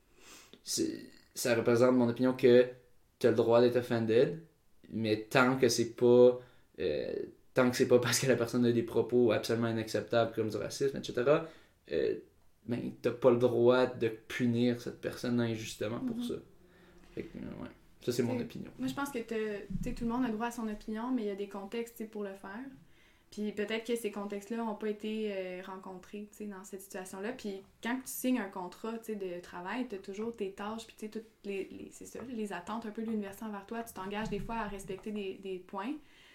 ça représente mon opinion que tu as le droit d'être offended, mais tant que c'est pas. Euh, tant que c'est pas parce que la personne a des propos absolument inacceptables comme du racisme, et cetera, euh, ben, t'as pas le droit de punir cette personne injustement pour mm-hmm. ça. Fait que, ouais. Ça, c'est mon opinion. Moi, je pense que tout le monde a droit à son opinion, mais il y a des contextes pour le faire. Puis peut-être que ces contextes-là n'ont pas été euh, rencontrés dans cette situation-là. Puis quand tu signes un contrat de travail, tu as toujours tes tâches, puis toutes les, les, c'est ça, les attentes un peu de l'université envers toi. Tu t'engages des fois à respecter des, des points.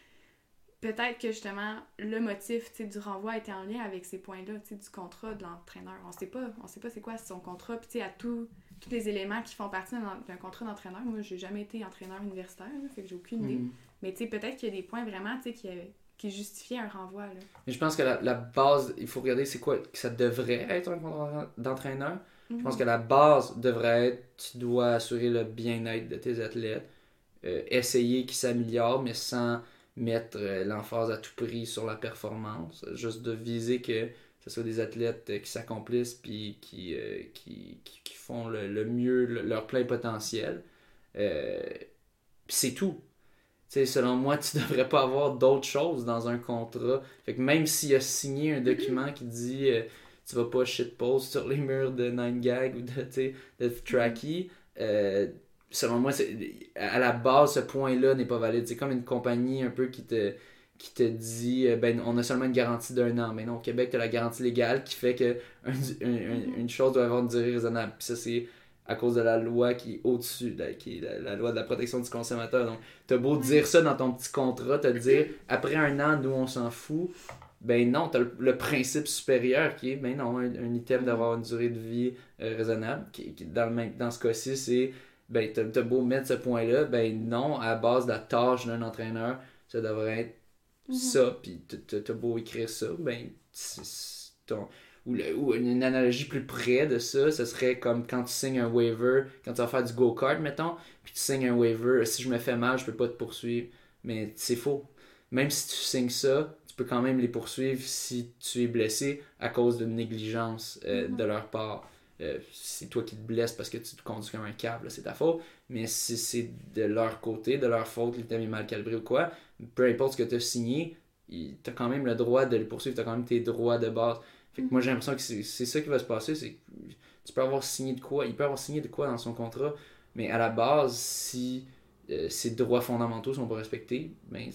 Peut-être que justement, le motif du renvoi était en lien avec ces points-là, du contrat de l'entraîneur. On sait pas, on sait pas c'est quoi son contrat. Puis à tout, tous les éléments qui font partie d'un, d'un contrat d'entraîneur. Moi, j'ai jamais été entraîneur universitaire, là, fait que j'ai aucune idée. Mm. Mais peut-être qu'il y a des points vraiment qui, qui justifiaient un renvoi. Là. Mais je pense que la, la base, il faut regarder c'est quoi, que ça devrait être un contrat d'entraîneur. Mm-hmm. Je pense que la base devrait être, tu dois assurer le bien-être de tes athlètes, euh, essayer qu'ils s'améliorent, mais sans mettre euh, l'emphase à tout prix sur la performance. Juste de viser que ce soit des athlètes euh, qui s'accomplissent puis qui, euh, qui, qui, qui font le, le mieux, le, leur plein potentiel. Euh, puis c'est tout. T'sais, selon moi, tu devrais pas avoir d'autres choses dans un contrat. Fait que même s'il a signé un document qui dit euh, tu vas pas shitpost sur les murs de nine gag ou de, de Tracky, euh, selon moi, c'est, à la base, ce point-là n'est pas valide. C'est comme une compagnie un peu qui te, qui te dit ben on a seulement une garantie d'un an. Mais non, au Québec, tu as la garantie légale qui fait que un, un, une chose doit avoir une durée raisonnable. Puis ça, c'est à cause de la loi qui est au-dessus, là, qui est la, la loi de la protection du consommateur. Donc, t'as beau dire ça dans ton petit contrat, t'as dire après un an, nous on s'en fout. Ben non, t'as le, le principe supérieur qui est, ben non, un, un item d'avoir une durée de vie euh, raisonnable. Qui, qui, dans, le même, dans ce cas-ci, c'est ben t'as, t'as beau mettre ce point-là, ben non, à la base de la tâche d'un entraîneur, ça devrait être mm-hmm. ça, puis t'as, t'as beau écrire ça, ben c'est, c'est ton... Ou, le, ou une analogie plus près de ça, ce serait comme quand tu signes un waiver, quand tu vas faire du go-kart, mettons, puis tu signes un waiver, si je me fais mal, je peux pas te poursuivre. Mais c'est faux. Même si tu signes ça, tu peux quand même les poursuivre si tu es blessé à cause d'une négligence euh, mm-hmm. de leur part. Euh, c'est toi qui te blesses parce que tu te conduis comme un câble, là, c'est ta faute. Mais si c'est de leur côté, de leur faute, l'item est mal calibré ou quoi, peu importe ce que tu as signé, tu as quand même le droit de les poursuivre, tu as quand même tes droits de base. Fait que moi j'ai l'impression que c'est, c'est ça qui va se passer, c'est que tu peux avoir signé de quoi, il peut avoir signé de quoi dans son contrat, mais à la base, si euh, ses droits fondamentaux sont pas respectés, ben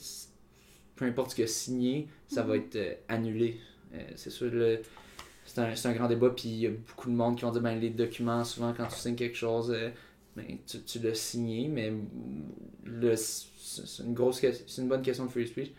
peu importe ce qu'il a signé, ça mm-hmm. va être euh, annulé. Euh, c'est sûr, le, c'est, un, c'est un grand débat, puis il y a beaucoup de monde qui vont dire ben les documents, souvent quand tu signes quelque chose, euh, ben, tu, tu l'as signé, mais le, c'est, une grosse, c'est une bonne question de free speech.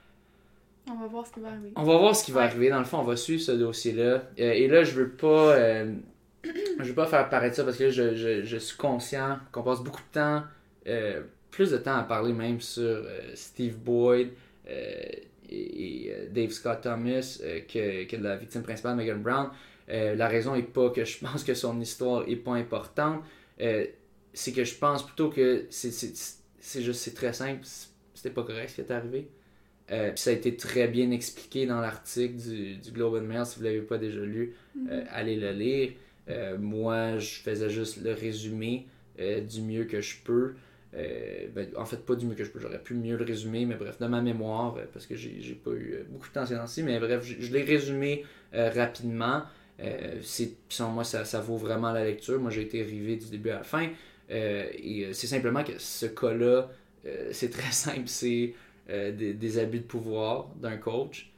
On va voir ce qui va arriver. On va voir ce qui va ouais. arriver. Dans le fond, on va suivre ce dossier-là. Euh, et là, je veux pas euh, je veux pas faire paraître ça parce que là, je, je, je suis conscient qu'on passe beaucoup de temps, euh, plus de temps à parler même sur euh, Steve Boyd euh, et, et euh, Dave Scott Thomas euh, que, que de la victime principale, Megan Brown. Euh, la raison est pas que je pense que son histoire est pas importante. Euh, c'est que je pense plutôt que c'est, c'est, c'est juste c'est très simple. C'était pas correct ce qui est arrivé. Euh, puis ça a été très bien expliqué dans l'article du, du Globe and Mail. Si vous ne l'avez pas déjà lu, mm-hmm. euh, allez le lire. Euh, moi, je faisais juste le résumé euh, du mieux que je peux. Euh, ben, en fait, pas du mieux que je peux. J'aurais pu mieux le résumer, mais bref, de ma mémoire, euh, parce que j'ai, j'ai pas eu euh, beaucoup de temps ces temps-ci. Mais bref, je, je l'ai résumé euh, rapidement. Euh, c'est, selon moi, ça, ça vaut vraiment la lecture. Moi, j'ai été rivé du début à la fin. Euh, et euh, c'est simplement que ce cas-là, euh, c'est très simple. C'est... Euh, des, des abus de pouvoir d'un coach,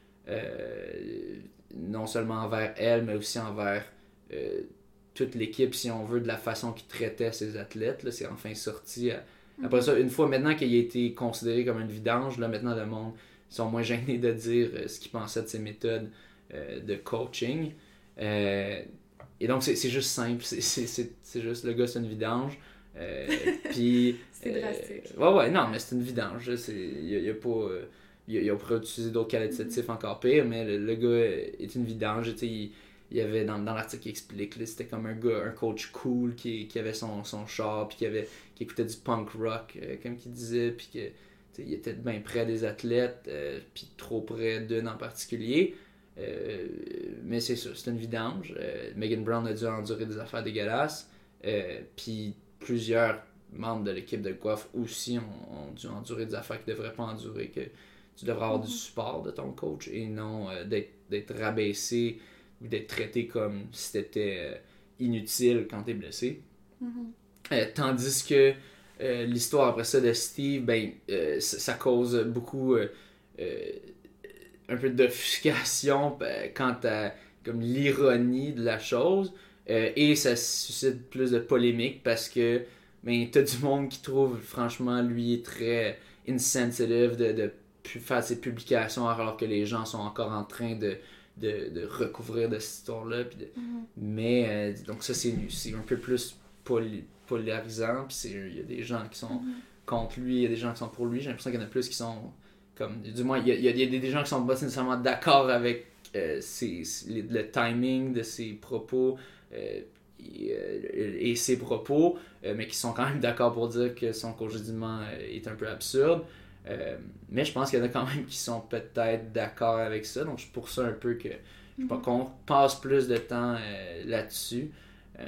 euh, non seulement envers elle, mais aussi envers euh, toute l'équipe, si on veut, de la façon qu'il traitait ses athlètes. Là, c'est enfin sorti. À... Après ça, une fois maintenant qu'il a été considéré comme une vidange, là, maintenant le monde sont moins gênés de dire euh, ce qu'ils pensaient de ses méthodes euh, de coaching. Euh, et donc, c'est, c'est juste simple. C'est, c'est, c'est, c'est juste le gars, c'est une vidange. Euh, puis c'est drastique. Euh, ouais, ouais, non, mais c'est une vidange. Il y a, y a pas. Euh, y a, pourrait utiliser d'autres qualitatifs mm-hmm. encore pires, mais le, le gars est une vidange. Il, il y avait dans, dans l'article qui explique, là, c'était comme un gars, un coach cool qui, qui avait son, son char, puis qui avait, qui qui écoutait du punk rock, euh, comme qu'il disait, puis que il était bien près des athlètes, euh, puis trop près d'une en particulier. Euh, mais c'est ça, c'est une vidange. Euh, Megan Brown a dû endurer des affaires dégueulasses. Euh, puis plusieurs membres de l'équipe de coiffe aussi ont, ont dû endurer des affaires qu'ils ne devraient pas endurer, que tu devrais avoir mm-hmm. du support de ton coach et non euh, d'être, d'être rabaissé ou d'être traité comme si t'étais euh, inutile quand t'es blessé. Mm-hmm. Euh, tandis que Euh, l'histoire après ça de Steve, ben, euh, ça, ça cause beaucoup euh, euh, un peu d'offuscation ben, quant à comme, l'ironie de la chose euh, et ça suscite plus de polémique parce que ben, t'as du monde qui trouve franchement lui très insensitive de, de faire ses publications alors que les gens sont encore en train de, de, de recouvrir de cette histoire-là. Puis de... Mm-hmm. Mais euh, donc ça c'est, c'est un peu plus poli- polarisant, puis il y a des gens qui sont mm-hmm. contre lui, il y a des gens qui sont pour lui, j'ai l'impression qu'il y en a plus qui sont comme, du moins il y a, il y a, il y a des gens qui sont pas nécessairement d'accord avec euh, ses, ses, le timing de ses propos euh, et, euh, et ses propos, euh, mais qui sont quand même d'accord pour dire que son congédiement euh, est un peu absurde, euh, mais je pense qu'il y en a quand même qui sont peut-être d'accord avec ça, donc c'est pour ça un peu que je pense mm-hmm. qu'on passe plus de temps euh, là-dessus. Euh,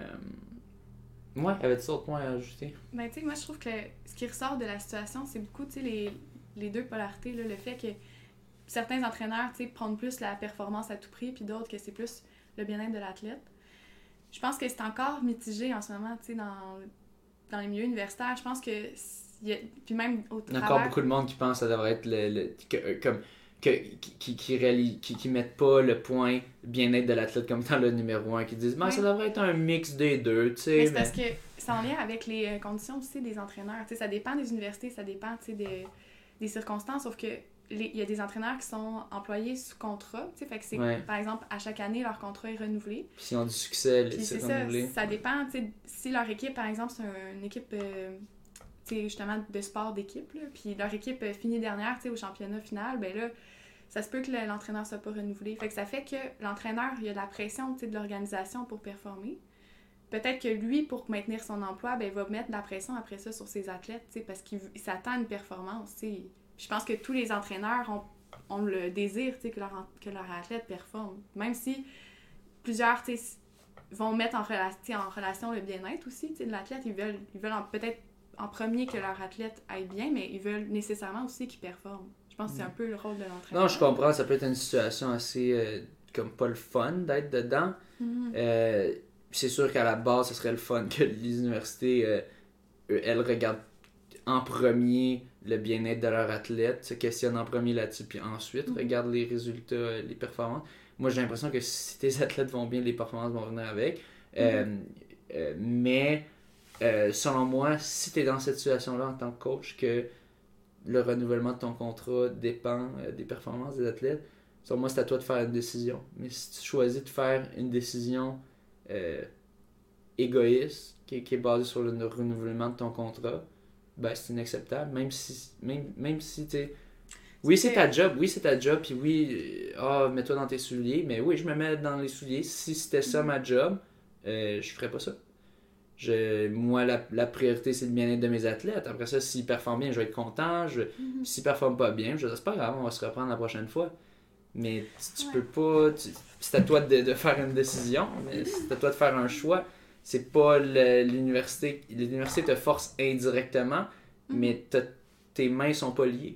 Ouais, avait-tu d'autres points à ajouter? Ben, tu sais, moi, je trouve que le, ce qui ressort de la situation, c'est beaucoup, tu sais, les, les deux polarités, là, le fait que certains entraîneurs, tu sais, prennent plus la performance à tout prix, puis d'autres que c'est plus le bien-être de l'athlète. Je pense que c'est encore mitigé en ce moment, tu sais, dans, dans les milieux universitaires. Je pense que, y a, puis même au travers... Il y a encore beaucoup de monde qui pense que ça devrait être le... le que, comme... Que, qui, qui, réalise, qui, qui mettent pas le point bien-être de l'athlète comme étant le numéro un, qui disent ben, oui. ça devrait être un mix des deux, tu sais. Mais c'est mais... parce que ça en vient avec les conditions aussi des entraîneurs. Tu sais, ça dépend des universités, ça dépend tu sais, des, des circonstances, sauf que il y a des entraîneurs qui sont employés sous contrat, tu sais, fait que c'est, ouais. par exemple, à chaque année, leur contrat est renouvelé. Puis s'ils ont du succès, Puis c'est, c'est renouvelé. Ça, ça dépend, tu sais, si leur équipe, par exemple, c'est une équipe... Euh, t'sais, justement de sport d'équipe, là, puis leur équipe finit dernière au championnat final, ben là, ça se peut que le, l'entraîneur soit pas renouvelé. Fait que ça fait que l'entraîneur, il y a de la pression de l'organisation pour performer. Peut-être que lui, pour maintenir son emploi, ben, il va mettre de la pression après ça sur ses athlètes, parce qu'il s'attend à une performance. T'sais. Je pense que tous les entraîneurs ont, ont le désir que leur, que leur athlète performe. Même si plusieurs vont mettre en, rela- en relation le bien-être aussi de l'athlète, ils veulent, ils veulent en, peut-être en premier que leur athlète aille bien, mais ils veulent nécessairement aussi qu'il performe. Je pense que c'est un peu le rôle de l'entraîneur. Non, je comprends, ça peut être une situation assez, euh, comme pas le fun d'être dedans. Mm-hmm. Euh, c'est sûr qu'à la base, ce serait le fun que les universités, euh, elles regardent en premier le bien-être de leur athlète, se questionnent en premier là-dessus, puis ensuite mm-hmm. regardent les résultats, euh, les performances. Moi, j'ai l'impression que si tes athlètes vont bien, les performances vont venir avec. Mm-hmm. Euh, euh, mais, euh, selon moi, si tu es dans cette situation-là en tant que coach, que le renouvellement de ton contrat dépend euh, des performances des athlètes, selon moi, c'est à toi de faire une décision. Mais si tu choisis de faire une décision euh, égoïste, qui, qui est basée sur le renouvellement de ton contrat, ben c'est inacceptable, même si, même, même si tu sais, oui, c'est ta job, oui, c'est ta job, puis oui, ah, oh, mets-toi dans tes souliers, mais oui, je me mets dans les souliers. Si c'était ça mm-hmm. ma job, euh, je ferais pas ça. Je, moi, la, la priorité, c'est le bien-être de mes athlètes. Après ça, s'ils performent bien, je vais être content. Je, mm-hmm. S'ils performent pas bien, je dis, c'est pas grave, on va se reprendre la prochaine fois. Mais tu, tu ouais. peux pas... Tu, c'est à toi de, de faire une décision, mais c'est à toi de faire un choix. C'est pas le, l'université... L'université te force indirectement, mm-hmm. mais tes mains sont pas liées.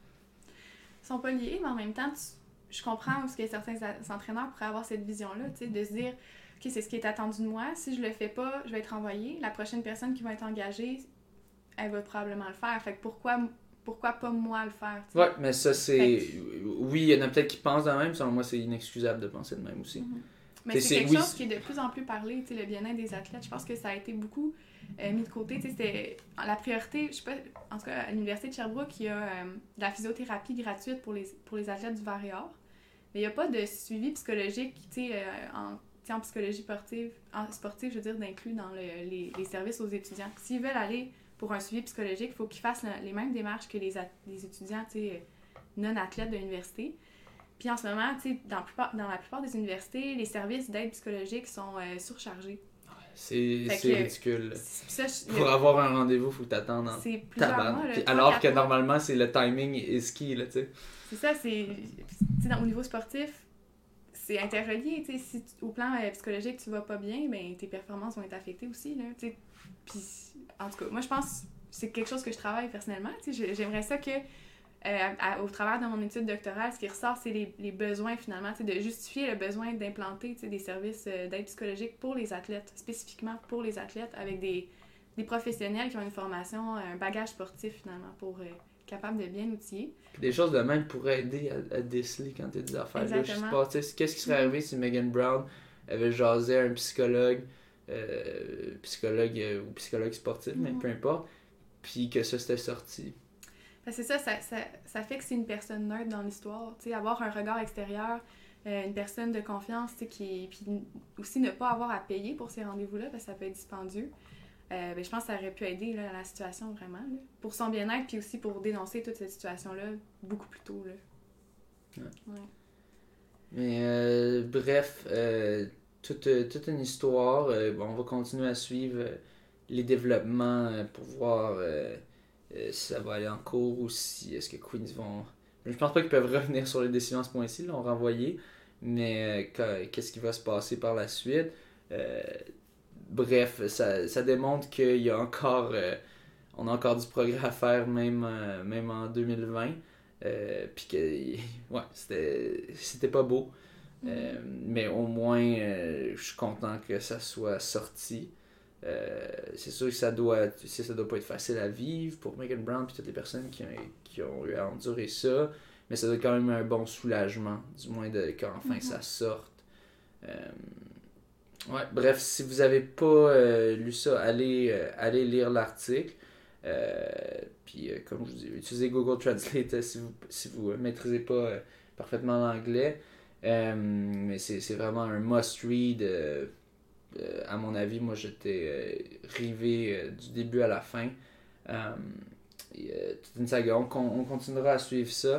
Ils sont pas liées, mais en même temps, tu, je comprends parce que certains entraîneurs pourraient avoir cette vision-là, tu sais, de se dire... OK, c'est ce qui est attendu de moi. Si je le fais pas, je vais être envoyée. La prochaine personne qui va être engagée, elle va probablement le faire. Fait que pourquoi, pourquoi pas moi le faire? T'sais? Ouais, mais ça, c'est... Que... Oui, il y en a peut-être qui pensent de même. Selon moi, c'est inexcusable de penser de même aussi. Mm-hmm. Mais c'est, c'est quelque c'est... chose oui. qui est de plus en plus parlé, le bien-être des athlètes. Je pense que ça a été beaucoup euh, mis de côté. C'était la priorité, je sais pas, en tout cas, à l'Université de Sherbrooke, il y a euh, de la physiothérapie gratuite pour les, pour les athlètes du Var-et-Or. Mais il n'y a pas de suivi psychologique, tu sais, euh, en... en psychologie sportive, en sportive, je veux dire, d'inclus dans le, les, les services aux étudiants. S'ils veulent aller pour un suivi psychologique, il faut qu'ils fassent le, les mêmes démarches que les, les étudiants non-athlètes de l'université. Puis en ce moment, dans, plupart, dans la plupart des universités, les services d'aide psychologique sont euh, surchargés. c'est, Fait c'est que- ridicule. Ça, je- Pour avoir un rendez-vous, faut t'attendre en c'est plusieurs tabarnak. mois. là, Puis trois, alors quatre que mois. normalement, c'est le timing est ski, là, tu sais. C'est ça, c'est. Tu sais, dans- au niveau sportif, c'est interrelié. Tu sais, si tu- au plan euh, psychologique, tu vas pas bien, ben tes performances vont être affectées aussi, là. Tu sais. Puis, en tout cas, moi, je pense que c'est quelque chose que je travaille personnellement. Tu sais, j'aimerais ça que, euh, à- au travers de mon étude doctorale, ce qui ressort, c'est les, les besoins, finalement, tu sais, de justifier le besoin d'implanter, tu sais, des services euh, d'aide psychologique pour les athlètes, spécifiquement pour les athlètes, avec des, des professionnels qui ont une formation, un bagage sportif, finalement, pour. Euh, capable de bien outiller. Puis des choses de même pourraient aider à, à déceler quand t'as des affaires. Là, je sais Exactement. pas, tu sais, qu'est-ce qui serait arrivé si Megan Brown avait jasé à un psychologue, euh, psychologue euh, ou psychologue sportif, mais Mhm. peu importe, puis que ça s'était sorti. Ben, c'est ça, ça, ça, ça fait que c'est une personne neutre dans l'histoire. Tu sais, avoir un regard extérieur, euh, une personne de confiance, tu sais, qui, puis aussi ne pas avoir à payer pour ces rendez-vous-là, parce que ça peut être dispendieux. Euh, ben, je pense que ça aurait pu aider là, la situation vraiment, là, pour son bien-être, puis aussi pour dénoncer toute cette situation-là beaucoup plus tôt. Là. Ouais. Ouais. Mais euh, bref, euh, toute, euh, toute une histoire. Euh, bon, on va continuer à suivre euh, les développements euh, pour voir euh, euh, si ça va aller en cours ou si est-ce que Queens vont. Je pense pas qu'ils peuvent revenir sur les décisions à ce point-ci, ils l'ont renvoyé. Mais euh, qu'est-ce qui va se passer par la suite? Euh, bref, ça, ça démontre qu'il y a encore. Euh, on a encore du progrès à faire, même, euh, même en deux mille vingt. Euh, Puis que, ouais, c'était, c'était pas beau. Euh, mais au moins, euh, je suis content que ça soit sorti. Euh, c'est sûr que ça doit, ça doit pas être facile à vivre pour Megan Brown et toutes les personnes qui ont, qui ont eu à endurer ça. Mais ça doit être quand même un bon soulagement, du moins de, quand enfin Mm-hmm. ça sorte. Euh, ouais, bref, si vous avez pas euh, lu ça, allez, euh, allez lire l'article. Euh, puis, euh, comme je vous dis, utilisez Google Translate euh, si vous si vous euh, maîtrisez pas euh, parfaitement l'anglais. Euh, mais c'est, c'est vraiment un must-read. Euh, euh, à mon avis, moi, j'étais euh, rivé euh, du début à la fin. Euh, et, euh, toute une saga. On, on continuera à suivre ça.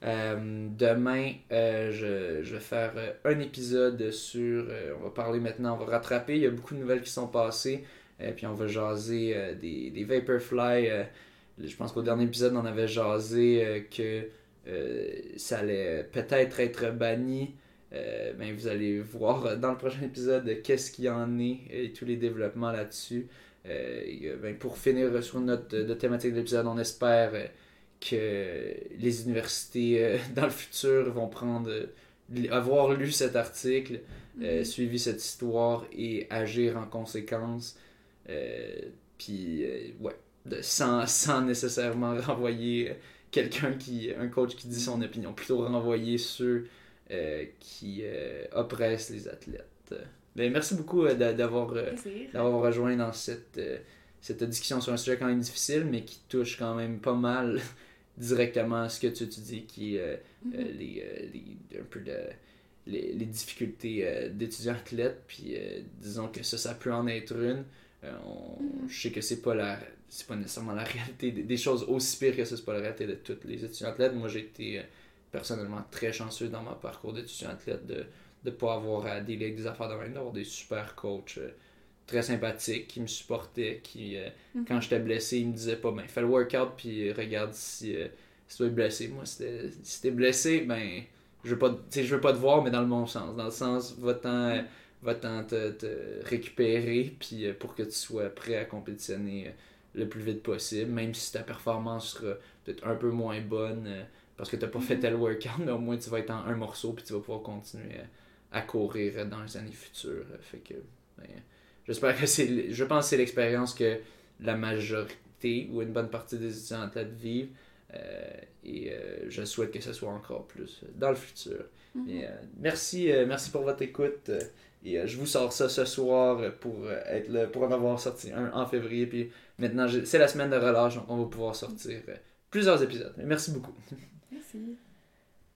Euh, demain, euh, je, je vais faire euh, un épisode sur... Euh, on va parler maintenant, on va rattraper. Il y a beaucoup de nouvelles qui sont passées. Euh, puis on va jaser euh, des, des Vaporfly. Euh, je pense qu'au dernier épisode, on avait jasé euh, que euh, ça allait peut-être être banni. Euh, ben, vous allez voir dans le prochain épisode qu'est-ce qu'il y en est et tous les développements là-dessus. Euh, et, ben, pour finir sur une note de, de thématique de l'épisode, on espère euh, que les universités euh, dans le futur vont prendre euh, avoir lu cet article, euh, Mm-hmm. suivi cette histoire et agir en conséquence. Euh, puis, euh, ouais, de, sans, sans nécessairement renvoyer quelqu'un qui, un coach qui dit son opinion, plutôt renvoyer ceux euh, qui euh, oppressent les athlètes. Ben, merci beaucoup euh, d'avoir, euh, d'avoir rejoint dans cette, euh, cette discussion sur un sujet quand même difficile, mais qui touche quand même pas mal directement à ce que tu étudies, qui est euh, Mm-hmm. euh, les, euh, les, un peu de, les, les difficultés euh, d'étudiants athlètes, puis euh, disons que ça, ça peut en être une. Euh, on, Mm-hmm. Je sais que c'est pas la c'est pas nécessairement la réalité des, des choses aussi pires que ça, c'est pas la réalité de tous les étudiants athlètes. Moi, j'ai été euh, personnellement très chanceux dans mon parcours d'étudiant athlète de ne pas avoir à dealer avec des affaires de même, d'avoir des super coachs euh, très sympathiques qui me supportaient, qui, euh, Mm-hmm. quand j'étais blessé, ils me disaient pas, ben, fais le workout, puis regarde si, euh, si tu es blessé. Moi, c'était, si t'es blessé, ben, je veux pas, je veux pas te voir, mais dans le bon sens. Dans le sens, va-t'en, euh, va-t'en te, te récupérer, puis euh, pour que tu sois prêt à compétitionner euh, le plus vite possible, même si ta performance sera peut-être un peu moins bonne euh, parce que tu n'as pas fait tel workout, mais au moins tu vas être en un morceau puis tu vas pouvoir continuer à, à courir dans les années futures. Fait que, ben, j'espère que c'est, je pense que c'est l'expérience que la majorité ou une bonne partie des étudiants athlètes vivent euh, et euh, je souhaite que ce soit encore plus dans le futur. Mm-hmm. Mais, euh, merci, euh, merci pour votre écoute. Euh, et euh, je vous sors ça ce soir pour, euh, être le, pour en avoir sorti un en février. Puis maintenant, c'est la semaine de relâche, donc on va pouvoir sortir euh, plusieurs épisodes. Mais merci beaucoup. Merci.